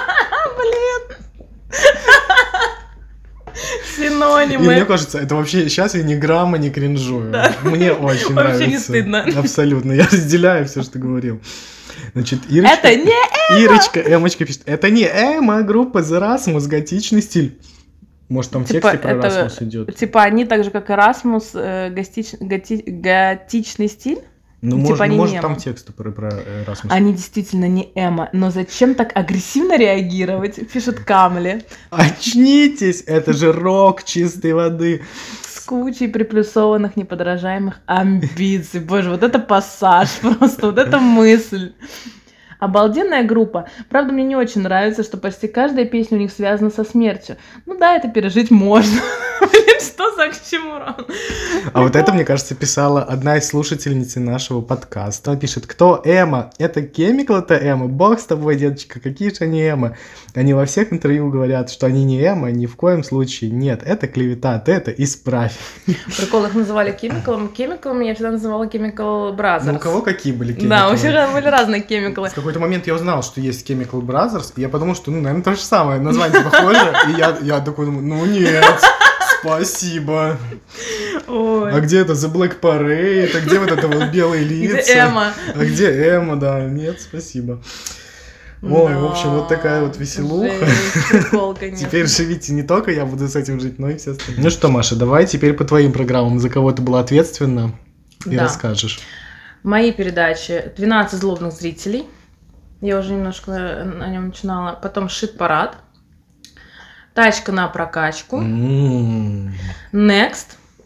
И мне Синонимы. кажется, это вообще сейчас я ни грамма не кринжую. Да. Мне очень Вообще нравится. не стыдно. Абсолютно. Я разделяю все, что ты говорил. Значит, Ирочка, Это не... Ирочка, Эмочка пишет, это не Эма, группа The Rasmus, готичный стиль. Может, там в Типа, тексте про это- Расмус идет. Типа они так же, как Erasmus, э, гостич- готи- готичный стиль. Ну, типа может, они может не там Эма. тексты про, про э, Расмус. Они действительно не Эма. Но зачем так агрессивно реагировать? Пишет Камли. Очнитесь, это же рок чистой воды. С кучей приплюсованных неподражаемых амбиций. Боже, вот это пассаж просто, вот это мысль. Обалденная группа. Правда, мне не очень нравится, что почти каждая песня у них связана со смертью. Ну да, это пережить можно. Блин, что за оксюморон? А вот это, мне кажется, писала одна из слушательниц нашего подкаста. Она пишет, кто Эма? Это Chemical, это Эма. Бог с тобой, деточка, какие же они Эма? Они во всех интервью говорят, что они не Эма, ни в коем случае. Нет, это клевета, ты это исправь. Прикол, их называли Chemical. Chemical я всегда называла Chemical Brothers. Ну, у кого какие были Chemical? Да, у всех были разные Chemical. В какой-то момент я узнал, что есть Chemical Brothers, и я подумал, что, ну, наверное, то же самое, название похоже, и я, я такой думаю, ну, нет, спасибо. Ой. А где это The Black Parade, а где вот это вот белые лица? Где Эма? А где Эма, да, нет, спасибо. Ой, Да, в общем, вот такая вот веселуха. жесть, прикол, конечно. Теперь живите не только я буду с этим жить, но и все остальные. Ну что, Маша, давай теперь по твоим программам, за кого ты была ответственна, и Да. расскажешь. Мои передачи «двенадцать злобных зрителей». Я уже немножко о нем начинала. Потом «Шит-парад». «Тачка на прокачку». М. «Next».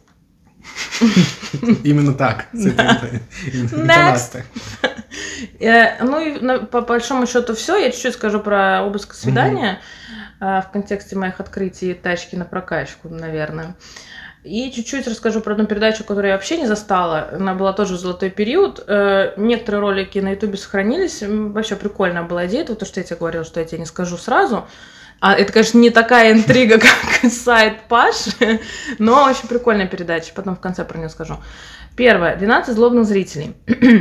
Именно так. с этой Next. интонацией. Э, Ну и на- по большому счету все. Я чуть-чуть скажу про обыск и свидания а, в контексте моих открытий «Тачки на прокачку», наверное. И чуть-чуть расскажу про одну передачу, которую я вообще не застала. Она была тоже в золотой период. Э, Некоторые ролики на Ютубе сохранились. М, Вообще прикольная была идея. Это то, что я тебе говорила, что я тебе не скажу сразу. А это, конечно, не такая интрига, как сайт Паши, но очень прикольная передача. Потом в конце про нее скажу. Первое. «двенадцать злобных зрителей».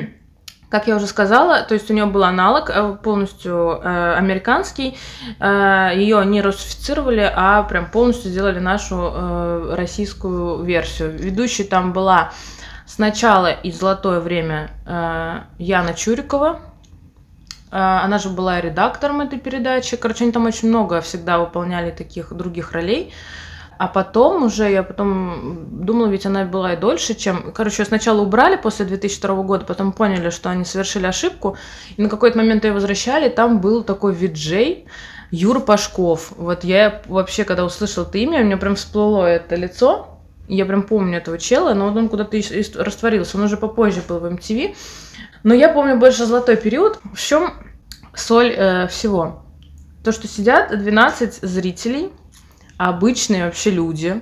Как я уже сказала, то есть у нее был аналог э, полностью э, американский. Э, ее не русифицировали, а прям полностью сделали нашу э, российскую версию. Ведущей там была сначала и «Золотое время» э, Яна Чурикова. Э, она же была и редактором этой передачи. Короче, они там очень много всегда выполняли таких других ролей. А потом уже, я потом думала, ведь она была и дольше, чем... Короче, ее сначала убрали после две тысячи второго года, потом поняли, что они совершили ошибку, и на какой-то момент ее возвращали, там был такой виджей Юра Пашков. Вот я вообще, когда услышала это имя, у меня прям всплыло это лицо, я прям помню этого чела, но вот он куда-то ис- ис- растворился, он уже попозже был в эм ти ви. Но я помню больше золотой период. В чем соль э, всего? То, что сидят двенадцать зрителей, обычные вообще люди,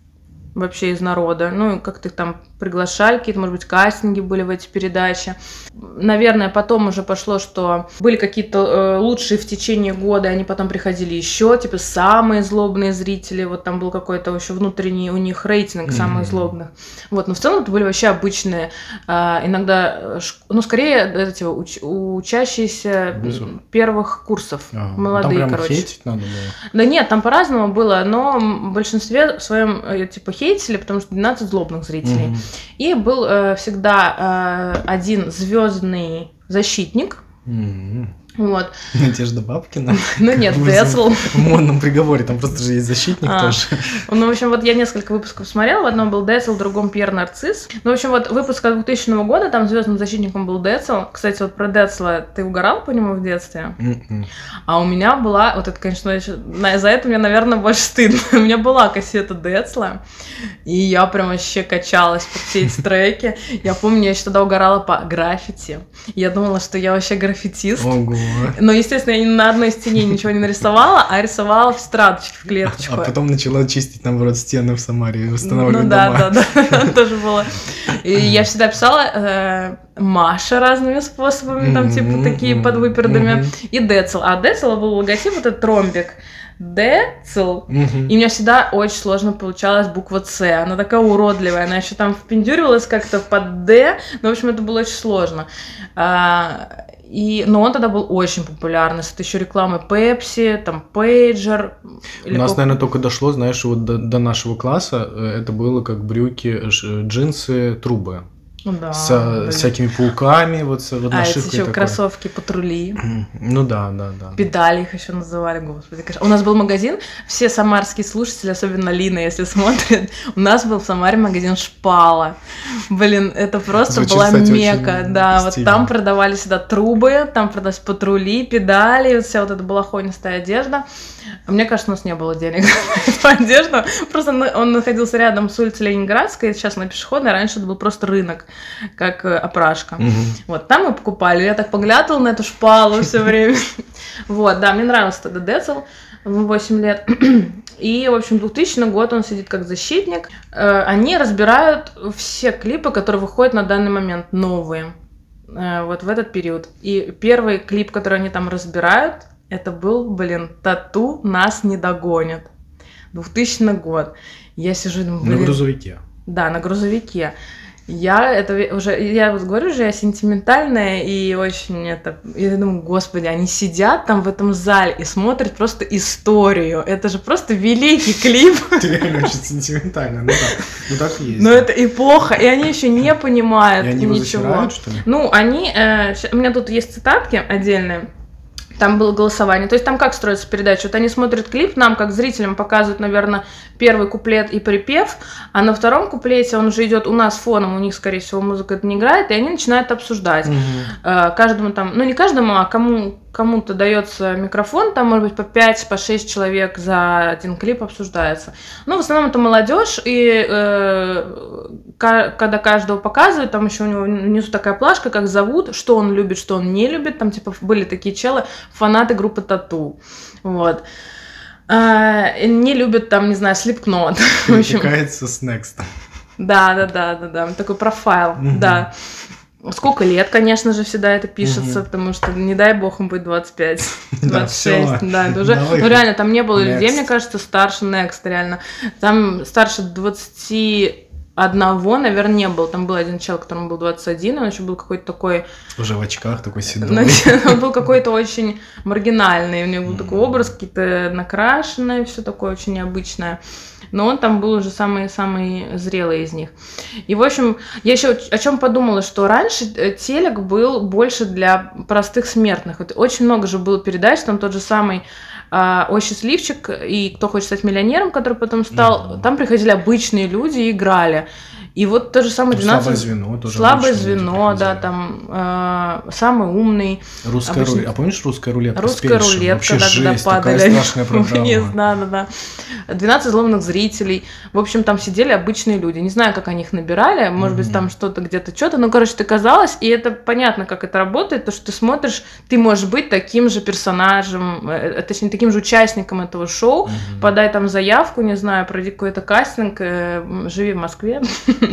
вообще из народа. Ну, как-то их там приглашали, какие-то, может быть, кастинги были в эти передачи. Наверное, потом уже пошло, что были какие-то э, лучшие в течение года, они потом приходили еще, типа, самые злобные зрители. Вот там был какой-то еще внутренний у них рейтинг самых Mm-hmm. злобных. Вот, но в целом это были вообще обычные, э, иногда, э, шк- ну, скорее, эти уч- учащиеся Безумно. первых курсов, А, ну, молодые, там прям короче. хейтить надо было. Да нет, там по-разному было, но в большинстве своем э, типа хейтили, потому что двенадцать злобных зрителей. Мгм. И был э, всегда э, один звездный защитник. Мгм. Вот. Надежда Бабкина. Ну нет, В Децл. В модном приговоре, там просто же есть защитник А. тоже. Ну, в общем, вот я несколько выпусков смотрела. В одном был Децл, в другом Пьер Нарцисс. Ну, в общем, вот выпуск от двухтысячного года, там звездным защитником был Децл. Кстати, вот про Децла ты угорал по нему в детстве? Мгм. А у меня была, вот это, конечно, ещё- на- за это мне, наверное, больше стыдно. У меня была кассета Децла, и я прям вообще качалась под все эти треки. Я помню, я еще тогда угорала по граффити. Я думала, что я вообще граффитист. Ого. Но, естественно, я ни на одной стене ничего не нарисовала, а рисовала в страдочке, в А клеточку. потом начала чистить, наоборот, стены в Самаре и восстанавливать Ну да, дома. да, да, тоже было. И я всегда писала э, Маша разными способами, там типа Мгм, такие мгм, подвыпердами. мгм. И Децл. А Децл был логотип, вот этот тромбик. Децл. Мгм. И у меня всегда очень сложно получалась буква С. Она такая уродливая. Она еще там впендюривалась как-то под Д. Ну, в общем, это было очень сложно. А, и, но он тогда был очень популярный. С этой еще рекламой Пепси, там Пейджер. У нас, наверное, только дошло, знаешь, вот до, до нашего класса э, это было как брюки, ш- джинсы, трубы. Да, с э, блин. всякими пауками, вот с вот А, это нашивкой еще такой. кроссовки патрули. Ну да, да, да. Педали их еще называли, господи. конечно. У нас был магазин, все самарские слушатели, особенно Лина, если смотрят, у нас был в Самаре магазин Шпала. Блин, это просто Звучит, была кстати, мека. очень Да, вот стильно. там продавали всегда трубы, там продавались патрули, педали, вот вся вот эта балахонистая одежда. А мне кажется, у нас не было денег на эту одежду. Просто на- он находился рядом с улицей Ленинградской, сейчас на Пешеходной, раньше это был просто рынок, как э, опрашка. Мгм. Вот, там мы покупали. Я так поглядывала на эту шпалу все время. Вот, да, мне нравился тогда Децл в восемь лет. И, в общем, двухтысячный год он сидит как защитник. Э, Они разбирают все клипы, которые выходят на данный момент, новые, э, вот в этот период. И первый клип, который они там разбирают, это был, блин, «Тату нас не догонит». двухтысячный год. Я сижу и думаю, На блин, грузовике. да, на грузовике. Я это ве- уже, я вот говорю же, я сентиментальная и очень это, я думаю, господи, они сидят там в этом зале и смотрят просто историю. Это же просто великий клип. Ты реально очень сентиментально, ну да. Ну так и есть. Но это эпоха, и они еще не понимают И они его ничего. засирают, что ли? Ну, они, э, ща- у меня тут есть цитатки отдельные. Там было голосование. То есть там как строится передача? Вот они смотрят клип, нам, как зрителям, показывают, наверное, первый куплет и припев, а на втором куплете он уже идет у нас фоном, у них, скорее всего, музыка это не играет, и они начинают обсуждать. Mm-hmm. Каждому там, ну не каждому, а кому, кому-то дается микрофон, там, может быть, по пять, по шесть человек за один клип обсуждается. Ну, в основном это молодежь, и э, когда каждого показывают, там еще у него внизу такая плашка, как зовут, что он любит, что он не любит, там, типа, были такие челы, фанаты группы Тату, вот. А, не любят там, не знаю, Slipknot. Пересекается с Next. Да, да, да, да, да, такой профайл, mm-hmm. да. Сколько лет, конечно же, всегда это пишется, mm-hmm. потому что, не дай бог, им будет двадцать пять, двадцать шесть, да, это уже, ну реально, там не было людей, мне кажется, старше Next, реально, там старше двадцати одного, наверное, не было. Там был один чел, которому был двадцать один, он еще был какой-то такой... Уже в очках, такой седой. Он был какой-то очень маргинальный, у него был такой образ, какие-то накрашенные, все такое очень необычное. Но он там был уже самый-самый зрелый из них. И, в общем, я еще о чем подумала, что раньше телек был больше для простых смертных. Вот очень много же было передач, там тот же самый «Ой, счастливчик» и «Кто хочет стать миллионером», который потом стал, mm-hmm. там приходили обычные люди и играли. И вот то же самое двенадцать... Слабое звено тоже. Слабое звено, да, там э, самый умный. Русская обычный... рулетка. А помнишь русская рулетка? Русская рулетка, да, когда падали. Такая страшная программа. Вниз, да, да, да. двенадцать злобных зрителей. В общем, там сидели обычные люди. Не знаю, как они их набирали. Может mm-hmm. быть, там что-то где-то, что-то. Ну, короче, ты казалось, и это понятно, как это работает. То, что ты смотришь, ты можешь быть таким же персонажем, э, точнее, таким же участником этого шоу. Mm-hmm. Подай там заявку, не знаю, пройди какой-то кастинг, э, живи в Москве.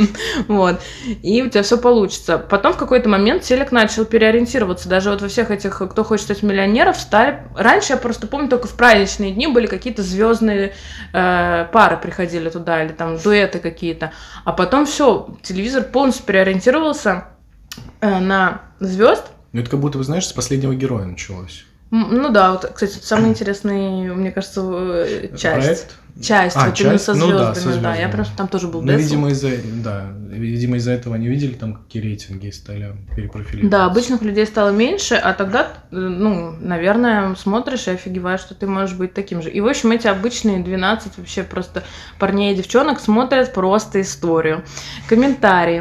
Вот. И у тебя все получится. Потом в какой-то момент телек начал переориентироваться. Даже вот во всех этих «Кто хочет стать миллионером» стали... Раньше, я просто помню, только в праздничные дни были какие-то звездные э, пары приходили туда, или там дуэты какие-то. А потом все, телевизор полностью переориентировался э, на звезд. Ну, это как будто, вы знаешь, с «Последнего героя» началось. Ну да, вот, кстати, самый интересный, мне кажется, часть. Проект? Часть, а, вот часть? именно со звездами, ну, да, со звездами. Да, я просто там тоже был ну, видимо, из-за, да, видимо, из-за этого они видели, там, какие рейтинги стали перепрофилироваться. Да, обычных людей стало меньше, а тогда, ну, наверное, смотришь и офигеваешь, что ты можешь быть таким же. И, в общем, эти обычные двенадцать вообще просто парней и девчонок смотрят просто историю. Комментарии.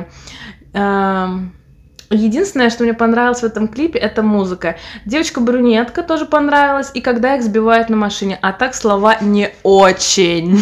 Единственное, что мне понравилось в этом клипе, это музыка. Девочка-брюнетка тоже понравилась, и когда их сбивают на машине. А так слова не очень.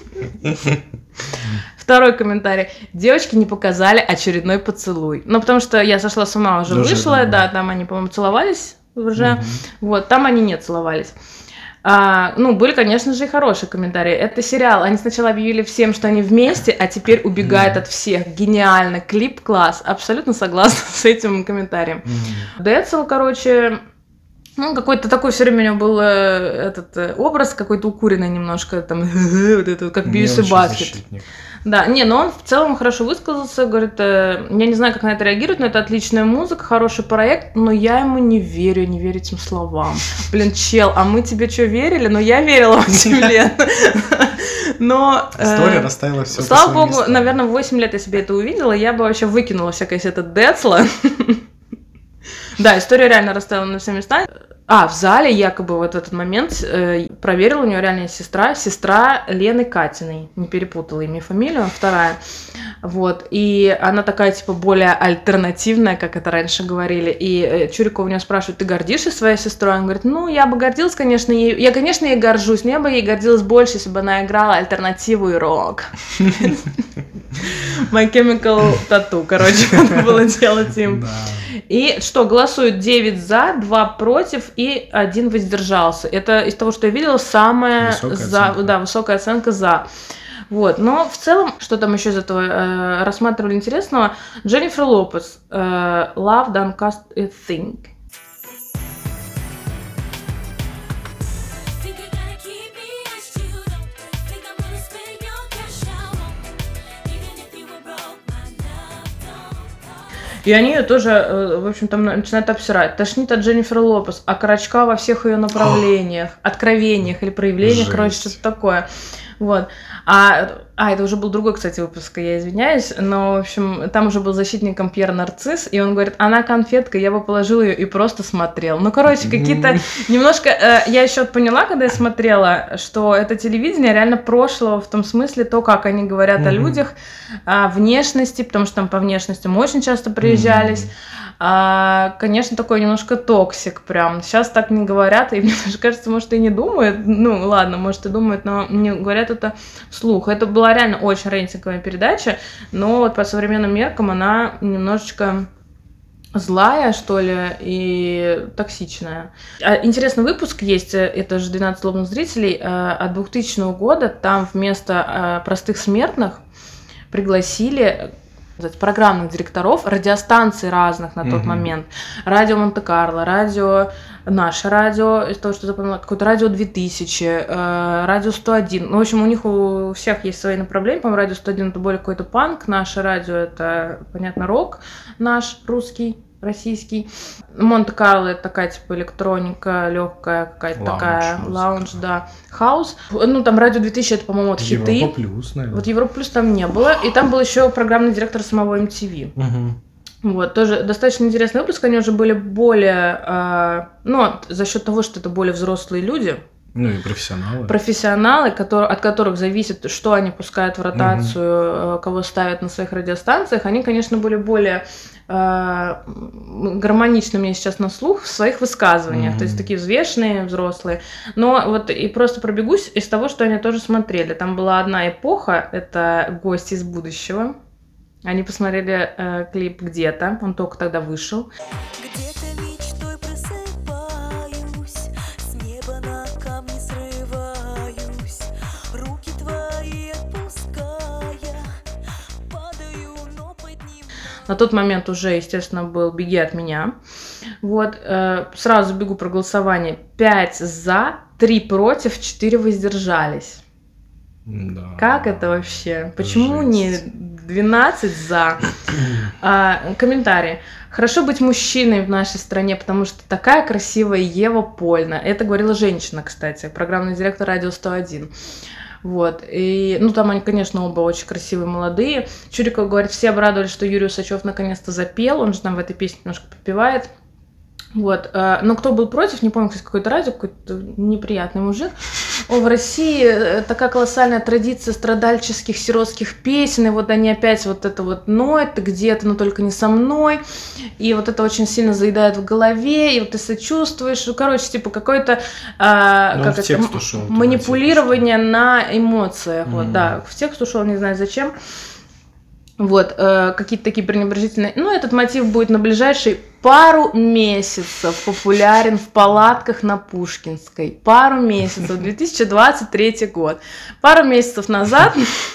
Второй комментарий. Девочки не показали очередной поцелуй. Ну, потому что я сошла с ума, уже Даже вышла, да, там они, по-моему, целовались уже. Угу. Вот, там они не целовались. А, ну, были, конечно же, и хорошие комментарии. Это сериал. Они сначала объявили всем, что они вместе, а теперь убегают mm-hmm. от всех. Гениально. Клип класс. Абсолютно согласна с этим комментарием. Mm-hmm. Децл, короче, ну, какой-то такой все время у него был э, этот э, образ какой-то укуренный немножко, там, вот это, как Бьюс и Баскет. Да, не, но он в целом хорошо высказался, говорит, э, я не знаю, как на это реагировать, но это отличная музыка, хороший проект, но я ему не верю, не верю этим словам. Блин, чел, а мы тебе что, верили? Но я верила восемь лет. Но... История расставила все. Слава богу, наверное, в восемь лет, если бы я это увидела, я бы вообще выкинула всякое это Децла. Да, история реально расставила на все места. А, в зале якобы вот в этот момент э, проверила, у нее реально есть сестра, сестра Лены Катиной, не перепутала имя и фамилию, вторая, вот, и она такая, типа, более альтернативная, как это раньше говорили, и э, Чурикова у нее спрашивает, ты гордишься своей сестрой? Он говорит, ну, я бы гордилась, конечно, ей, я, конечно, ей горжусь, но я бы ей гордилась больше, если бы она играла альтернативу и рок. My Chemical Tattoo, короче, надо было делать им. И что, голосуют девять за, два против и один воздержался. Это из того, что я видела, самая высокая, за, оценка. Да, высокая оценка за. Вот. Но в целом, что там еще из этого э, рассматривали интересного? Дженнифер Лопес, э, Love Don't Cost a Thing. И они ее тоже, в общем, там начинают обсирать. Тошнит от Дженнифер Лопес, окорочка во всех ее направлениях, откровениях или проявлениях, Жесть. Короче, что-то такое. Вот. А, а, это уже был другой, кстати, выпуск, я извиняюсь, но, в общем, там уже был защитником Пьер Нарцисс, и он говорит, она конфетка, я бы положил ее и просто смотрел. Ну, короче, какие-то немножко... Э, я еще поняла, когда я смотрела, что это телевидение реально прошлого, в том смысле, то, как они говорят о людях, о внешности, потому что там по внешности мы очень часто приезжались. А, конечно, такой немножко токсик прям. Сейчас так не говорят, и мне даже кажется, может, и не думают. Ну, ладно, может, и думают, но не говорят это вслух. Это была реально очень рейтинговая передача, но вот по современным меркам она немножечко злая, что ли, и токсичная. Интересный выпуск есть, это же «двенадцать злобных зрителей» от двухтысячного года. Там вместо простых смертных пригласили программных директоров радиостанций разных на тот mm-hmm. момент. Радио Монте-Карло, радио наше радио, из того, что запомнила, какое-то радио две тысячи, э, радио сто один. Ну, в общем, у них у всех есть свои направления. По-моему, радио сто один это более какой-то панк, наше радио это, понятно, рок наш, русский, российский. Монте-Карло это такая типа электроника, легкая какая-то такая, музыка. Лаунж, да, хаус. Ну, там радио две тысячи это, по-моему, вот хиты. Европа плюс, наверное. Вот Европа плюс там не было. И там был еще программный директор самого эм ти ви. Угу. Вот, тоже достаточно интересный выпуск, они уже были более, э, ну, за счет того, что это более взрослые люди. Ну и профессионалы. Профессионалы, которые, от которых зависит, что они пускают в ротацию, угу. кого ставят на своих радиостанциях, они, конечно, были более э, гармоничны мне сейчас на слух в своих высказываниях, угу. то есть такие взвешенные, взрослые. Но вот и просто пробегусь из того, что они тоже смотрели. Там была одна эпоха, это «Гости из будущего». Они посмотрели э, клип «Где-то», он только тогда вышел. Где-то мечтой просыпаюсь, с неба на камни срываюсь, руки твои отпуская, падаю, но подниму. На тот момент уже, естественно, был «Беги от меня». Вот, э, сразу бегу про голосование. пять за, три против, четыре воздержались. Да. Как это вообще? Почему Жесть. не двенадцать за? а, комментарий. Хорошо быть мужчиной в нашей стране, потому что такая красивая Ева Польна. Это говорила женщина, кстати, программный директор радио сто один. Вот. И, ну, там они, конечно, оба очень красивые, молодые. Чурикова говорит, все обрадовались, что Юрий Усачев наконец-то запел. Он же там в этой песне немножко попевает. Вот. Но кто был против, не помню, кстати, какой-то радио, какой-то неприятный мужик. О, в России такая колоссальная традиция страдальческих сиротских песен, и вот они опять вот это вот ноют где-то, но только не со мной, и вот это очень сильно заедает в голове, и вот ты сочувствуешь, ну, короче, типа какое-то а, как это, ушел, манипулирование на эмоциях, mm-hmm. вот, да, в текст ушел, не знаю зачем. Вот, э, какие-то такие пренебрежительные. Ну, этот мотив будет на ближайшие пару месяцев популярен в палатках на Пушкинской. Пару месяцев, две тысячи двадцать третий год. Пару месяцев назад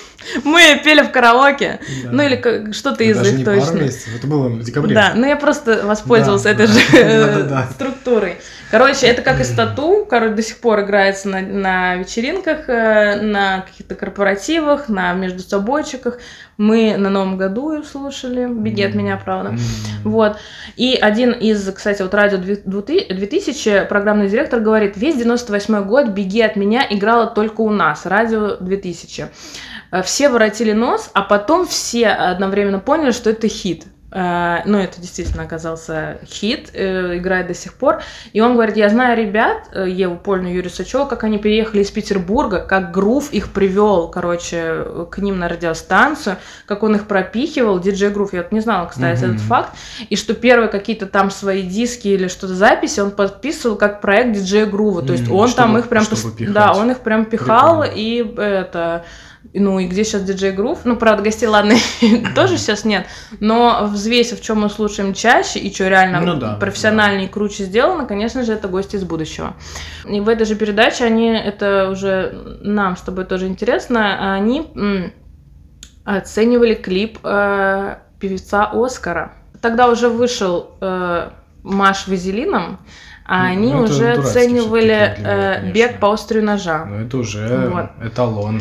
мы пели в караоке. Да. Ну, или что-то из их точно. Пару месяцев, это было в декабре. Да, ну я просто воспользовалась да, этой да. же да, да, да. структурой. Короче, это как из тату, короче, до сих пор играется на, на вечеринках, на каких-то корпоративах, на междусобойчиках. Мы на Новом году ее слушали, «Беги от меня», правда. Mm. Вот. И один из, кстати, вот радио две тысячи, программный директор говорит, весь девяносто восьмой год «Беги от меня» играла только у нас, радио две тысячи. Все воротили нос, а потом все одновременно поняли, что это хит. Ну, это действительно оказался хит, играет до сих пор. И он говорит, я знаю ребят, Еву Польну, Юрия Усачева, как они переехали из Петербурга, как Грув их привел, короче, к ним на радиостанцию, как он их пропихивал, диджей Грув, я вот не знала, кстати, mm-hmm. этот факт, и что первые какие-то там свои диски или что-то записи он подписывал как проект диджея Грува, то есть mm-hmm. он чтобы, там их прям, пос... да, он их прям пихал. Прикольно. И это... Ну и где сейчас диджей Грув? Ну, правда, гостей, ладно, тоже сейчас нет. Но взвесив, в чем мы слушаем чаще и что реально ну, да, профессиональнее да. и круче сделано, конечно же, это «Гости из будущего». И в этой же передаче они, это уже нам с тобой тоже интересно, они м, оценивали клип э, певца Оскара. Тогда уже вышел э, «Маш вазелином», а ну, они уже оценивали э, «Бег по острию ножа». Ну это уже вот. Эталон.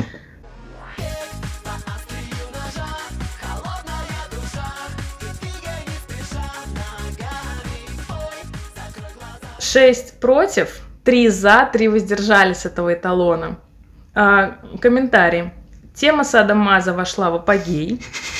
шесть против, три за, три воздержались этого эталона. А, комментарий. Тема садомаза вошла в апогей.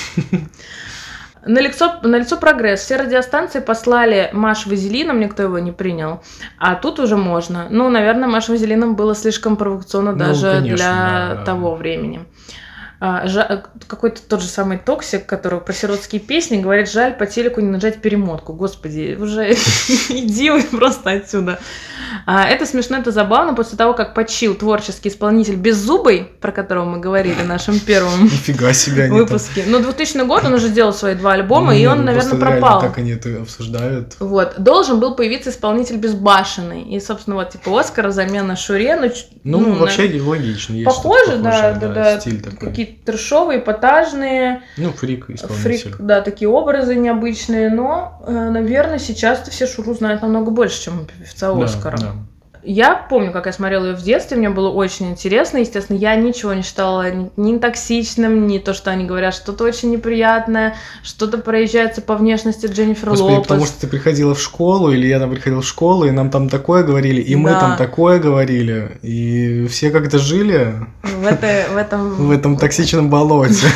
Налицо, налицо прогресс. Все радиостанции послали Маш Вазелином, никто его не принял. А тут уже можно. Ну, наверное, Маш Вазелином было слишком провокационно ну, даже конечно, для да. того времени. А, жа- какой-то тот же самый Токсик, который про сиротские песни говорит, жаль по телеку не нажать перемотку. Господи, уже иди просто отсюда. А, это смешно, это забавно. После того, как почил творческий исполнитель Беззубый, про которого мы говорили в нашем первом Нифига себе выпуске. Ну, двухтысячный год, он уже сделал свои два альбома, ну, и он, ну, наверное, пропал. Как они это обсуждают. Вот. Должен был появиться исполнитель Безбашенный. И, собственно, вот, типа, Оскар, замена Шуре. Ну, ну, ну вообще на... логично. Есть похоже, да, да, да, да. Стиль такой. Какие-то трешовые, эпатажные. Ну, фрик исполнитель. Фрик, да, такие образы необычные. Но, наверное, сейчас-то все Шуру знают намного больше, чем певца Оскара. Да, да. Я помню, как я смотрела ее в детстве, мне было очень интересно. Естественно, я ничего не считала ни, ни токсичным, ни то, что они говорят, что-то очень неприятное, что-то проезжается по внешности Дженнифер Господи, Лопес. Потому что ты приходила в школу, или я там приходил в школу, и нам там такое говорили, и да. мы там такое говорили, и все как-то жили в, это, в, этом... в этом токсичном болоте.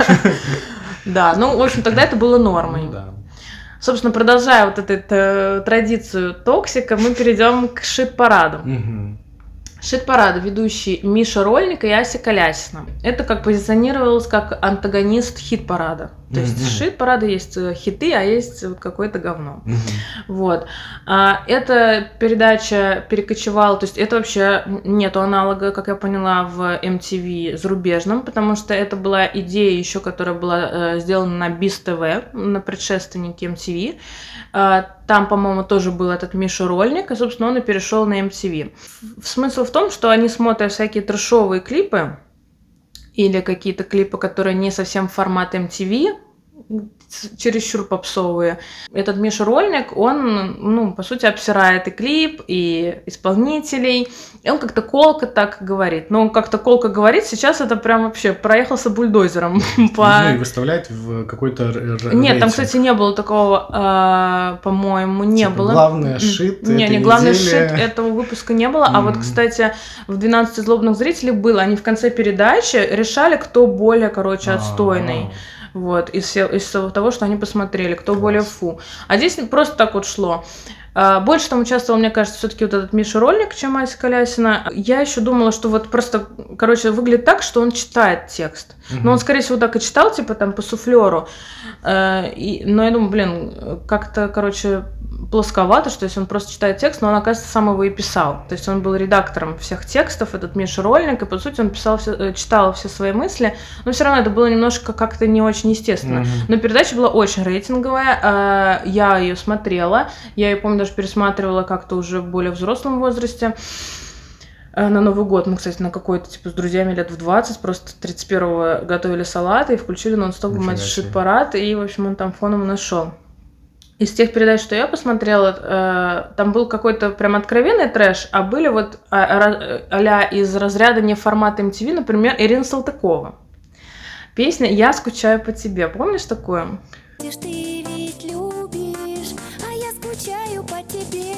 Да, ну, в общем, тогда это было нормой. Собственно, продолжая вот эту э, традицию Токсика, мы перейдем к шит-параду. Угу. Шит-парада ведущий Миша Рольник и Ася Колясина. Это как позиционировалось как антагонист хит-парада. То есть mm-hmm. шит-парада есть хиты, а есть вот какое-то говно. Mm-hmm. Вот. А, эта передача перекочевала, то есть это вообще нету аналога, как я поняла, в эм ти ви зарубежном, потому что это была идея еще, которая была э, сделана на Биз ТВ, на предшественнике эм ти ви. А, там, по-моему, тоже был этот Миша Рольник, и, собственно, он и перешел на эм ти ви. Смысл в том, что они смотрят всякие трэшовые клипы, или какие-то клипы, которые не совсем формат эм ти ви, чересчур попсовые. Этот Миша Рольник, он, ну, по сути, обсирает и клип, и исполнителей. И он как-то колко так говорит. Но он как-то колко говорит, сейчас это прям вообще проехался бульдозером. по... Ну и выставляет в какой-то рейтинг. Нет, там, кстати, не было такого, по-моему, не типа было. Главный шит Не, этой не, главный недели... шит этого выпуска не было. Mm-hmm. А вот, кстати, в «двенадцати злобных зрителей» было. Они в конце передачи решали, кто более, короче, отстойный. А-а-а. Вот, из, из всего того, что они посмотрели, кто Класс. Более фу. А здесь просто так вот шло. Больше там участвовал, мне кажется, все-таки вот этот Миша Рольник, чем Ася Колясина. Я еще думала, что вот просто, короче, выглядит так, что он читает текст. Угу. Но он, скорее всего, так и читал, типа там по суфлеру. И, но я думаю, блин, как-то, короче, плосковато, что если он просто читает текст, но он, оказывается, сам его и писал. То есть он был редактором всех текстов, этот Миша Рольник, и, по сути, он писал все, читал все свои мысли, но все равно это было немножко как-то не очень естественно. Mm-hmm. Но передача была очень рейтинговая, я ее смотрела, я ее, помню, даже пересматривала как-то уже в более взрослом возрасте. На Новый год мы, кстати, на какой-то, типа, с друзьями лет в двадцать, просто тридцать первого готовили салаты и включили нон-стоп матч шит-парад, и, в общем, он там фоном нашел. Из тех передач, что я посмотрела, э, там был какой-то прям откровенный трэш, а были вот а, а-ля из разряда не формата эм ти ви, например, Ирина Салтыкова. Песня «Я скучаю по тебе». Помнишь такое? Ты ведь любишь, а я скучаю по тебе.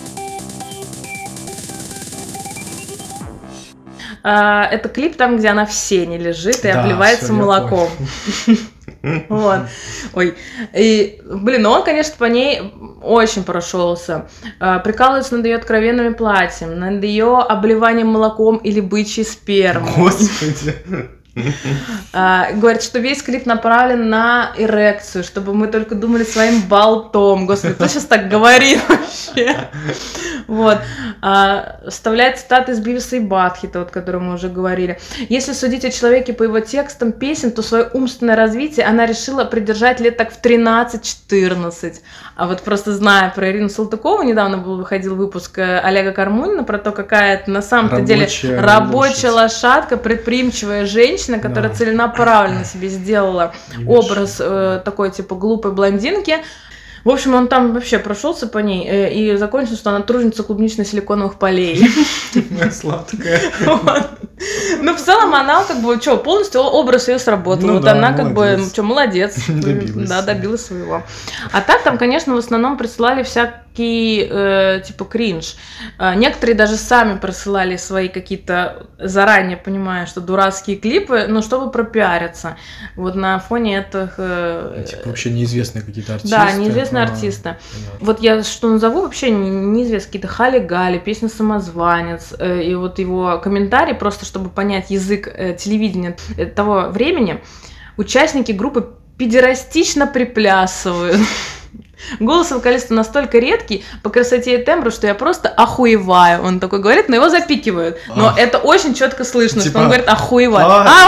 А, это клип там, где она в сене лежит и да, обливается всё, молоком. Вот. Ой. И, блин, ну он, конечно, по ней очень прошелся. Прикалывается над ее откровенными платьем, над ее обливанием молоком или бычьей спермой. Господи. А, говорит, что весь клип направлен на эрекцию, чтобы мы только думали своим болтом. Господи, кто сейчас так говорит вообще? Вот. А, вставляет цитаты из Бивиса и Батхита, вот, о котором мы уже говорили. Если судить о человеке по его текстам песен, то свое умственное развитие она решила придержать лет так в тринадцать-четырнадцать. А вот просто зная про Ирину Салтыкову, недавно был, выходил выпуск Олега Кармунина про то, какая это на самом-то рабочая, деле рабочая лошадка, предприимчивая женщина, которая да. целенаправленно себе сделала Имидж. образ э, такой типа глупой блондинки. В общем, он там вообще прошелся по ней э, и закончил, что она труженица клубнично-силиконовых полей. Сладкая. Ну, в целом, она как бы, что, полностью образ ее сработал. Ну вот да, она как бы, молодец. что, молодец. Добилась. Да, добилась своего. А так там, конечно, в основном присылали всякий, э, типа, кринж. А, некоторые даже сами присылали свои какие-то, заранее понимая, что дурацкие клипы, ну, чтобы пропиариться. Вот на фоне этих... э, Типа вообще неизвестные какие-то артисты. Да, неизвестные А, артисты. понятно. Вот я что назову, вообще не- неизвестно, какие-то Хали-Гали, песня «Самозванец», э, и вот его комментарий, просто чтобы понять язык э, телевидения э, того времени, участники группы педерастично приплясывают. Голос вокалиста настолько редкий по красоте и тембру, что я просто охуеваю. Он такой говорит, но его запикивают. Но А. это очень четко слышно, что Типа, он говорит охуеваю. а,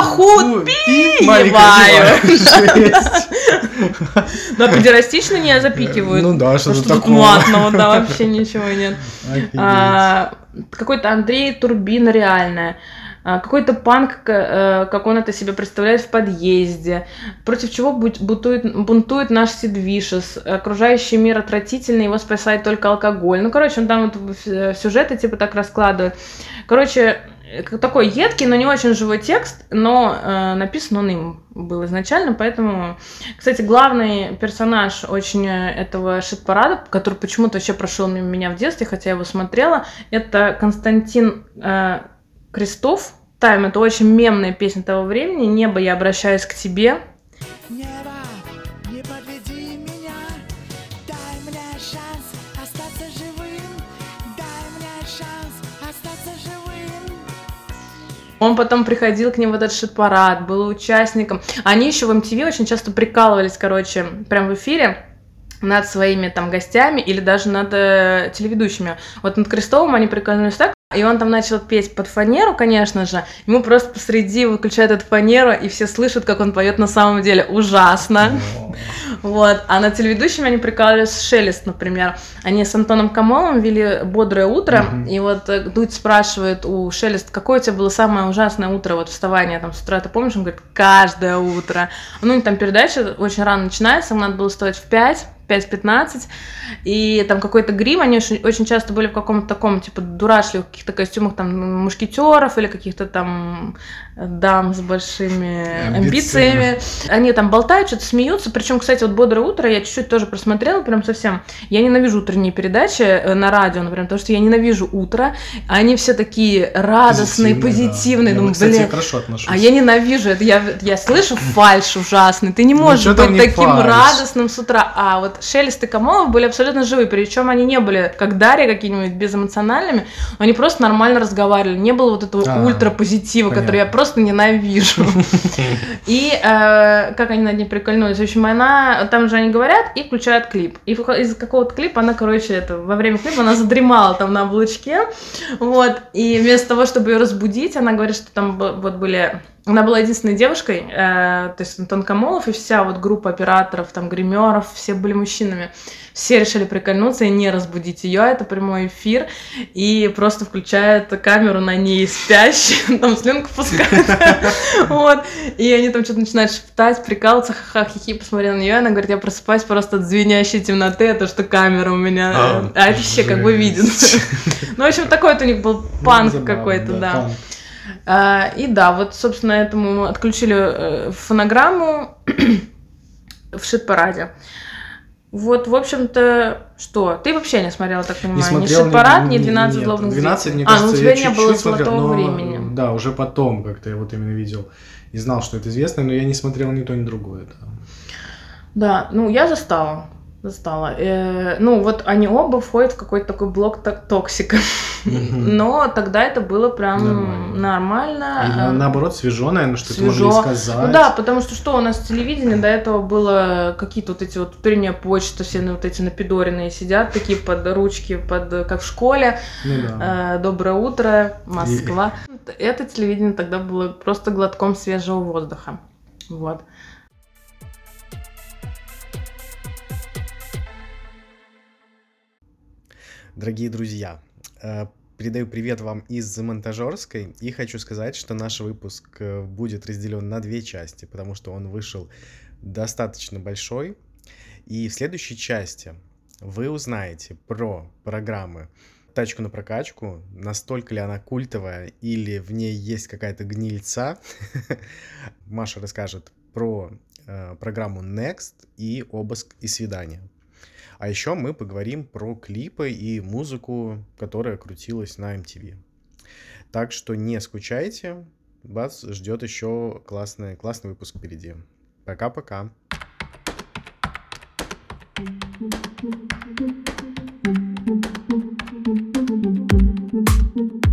Охуеваю. Жесть. Но педерастично не запикивают. Ну да, что-то Что тут такое. матного, да, вообще ничего нет. Офигеть. А, какой-то Андрей Турбина реальная. А, какой-то панк, к- э, как он это себе представляет в подъезде. Против чего бу- бутует, бунтует наш Сид Вишес. Окружающий мир отвратительный, его спасает только алкоголь. Ну, короче, он там вот в- сюжеты типа так раскладывает. Короче, э, как такой едкий, но не очень живой текст, но э, написан он им был изначально, поэтому... Кстати, главный персонаж очень э, этого шит-парада, который почему-то вообще прошел мимо меня в детстве, хотя я его смотрела, это Константин э, Крестов. Тайм — это очень мемная песня того времени. «Небо, я обращаюсь к тебе». Небо, не подведи меня, дай мне шанс остаться живым, дай мне шанс остаться живым. Он потом приходил к ним в этот шит-парад, был участником. Они еще в эм ти ви очень часто прикалывались, короче, прям в эфире над своими там гостями или даже над э, телеведущими. Вот над Крестовым они прикольнулись так, и он там начал петь под фанеру, конечно же. Ему просто посреди выключают эту фанеру, и все слышат, как он поет на самом деле. Ужасно. О. Вот. А над телеведущими они прикалывались с Шелест, например. Они с Антоном Камоловым вели «Бодрое утро», Мгм. и вот э, Дудь спрашивает у Шелест, какое у тебя было самое ужасное утро, вот вставание там с утра, ты помнишь? Он говорит, каждое утро. Ну, и там передача очень рано начинается, им надо было вставать в пять, пять пятнадцать, и там какой-то грим, они очень, очень часто были в каком-то таком, типа, дурашливых каких-то костюмах, там, мушкетеров или каких-то там дам с большими Амбициями. амбициями. Они там болтают, что-то смеются, причем, кстати, вот «Бодрое утро» я чуть-чуть тоже просмотрела, прям совсем. Я ненавижу утренние передачи э, на радио, например, потому что я ненавижу утро, а они все такие радостные, Позитивные, да. позитивные, Я, думаю, кстати, блин, хорошо отношусь. а я ненавижу это, я, я слышу фальшь ужасный, ты не можешь чё там быть не таким фальшь? радостным с утра. А вот Шелест и Камолов были абсолютно живы, причем они не были, как Дарья, какими-нибудь безэмоциональными, они просто нормально разговаривали, не было вот этого А, ультра-позитива, который я понятно. просто ненавижу. И э, как они над ней прикольнулись, в общем, она, там же они говорят и включают клип. И в- из какого-то клипа она, короче, это, во время клипа она задремала там на облачке, вот, и вместо того, чтобы ее разбудить, она говорит, что там б- вот были... Она была единственной девушкой, э, то есть Антон Камолов и вся вот группа операторов, там, гримеров, все были мужчинами. Все решили прикольнуться и не разбудить ее, это прямой эфир, и просто включают камеру на ней спящей, там слюнку пускают, вот, и они там что-то начинают шептать, прикалываться, ха-ха, хихи, посмотрела на нее, она говорит, я просыпаюсь просто от звенящей темноты, это что камера у меня, А, а это все как бы виден. Ну, в общем, такой вот у них был панк Забавно, какой-то, да. панк. А, и да, вот, собственно, этому отключили э, фонограмму в шит-параде. Вот, в общем-то, что? Ты вообще не смотрела, так понимаю, Не ни смотрел, шит-парад, ни ни- двенадцать нет, злобных двенадцать, мне а, ну у кажется, тебя я не чуть-чуть было смотрел, золотого но, времени. Да, уже потом как-то я вот именно видел и знал, что это известно, но я не смотрел ни то, ни другое. Да. Да, ну я застала. Застала. Э, ну, вот они оба входят в какой-то такой блок ток- токсика. Мгм. Но тогда это было прям Нормально. нормально. И на- э, наоборот, свежо, наверное, что это свежо. могли сказать. Ну да, потому что что у нас в телевидении до этого было какие-то вот эти вот утренняя почта, все на вот эти напидоренные сидят, такие под ручки, под, как в школе. Ну да. Э, Доброе утро, Москва. Это телевидение тогда было просто глотком свежего воздуха. Вот. Дорогие друзья, э, передаю привет вам из Монтажерской и хочу сказать, что наш выпуск э, будет разделен на две части, потому что он вышел достаточно большой. И в следующей части вы узнаете про программы тачку на прокачку, настолько ли она культовая или в ней есть какая-то гнильца, Маша расскажет про э, программу Next и обыск и свидание. А еще мы поговорим про клипы и музыку, которая крутилась на эм ти ви. Так что не скучайте, вас ждет еще классный, классный выпуск впереди. Пока-пока. Thank you.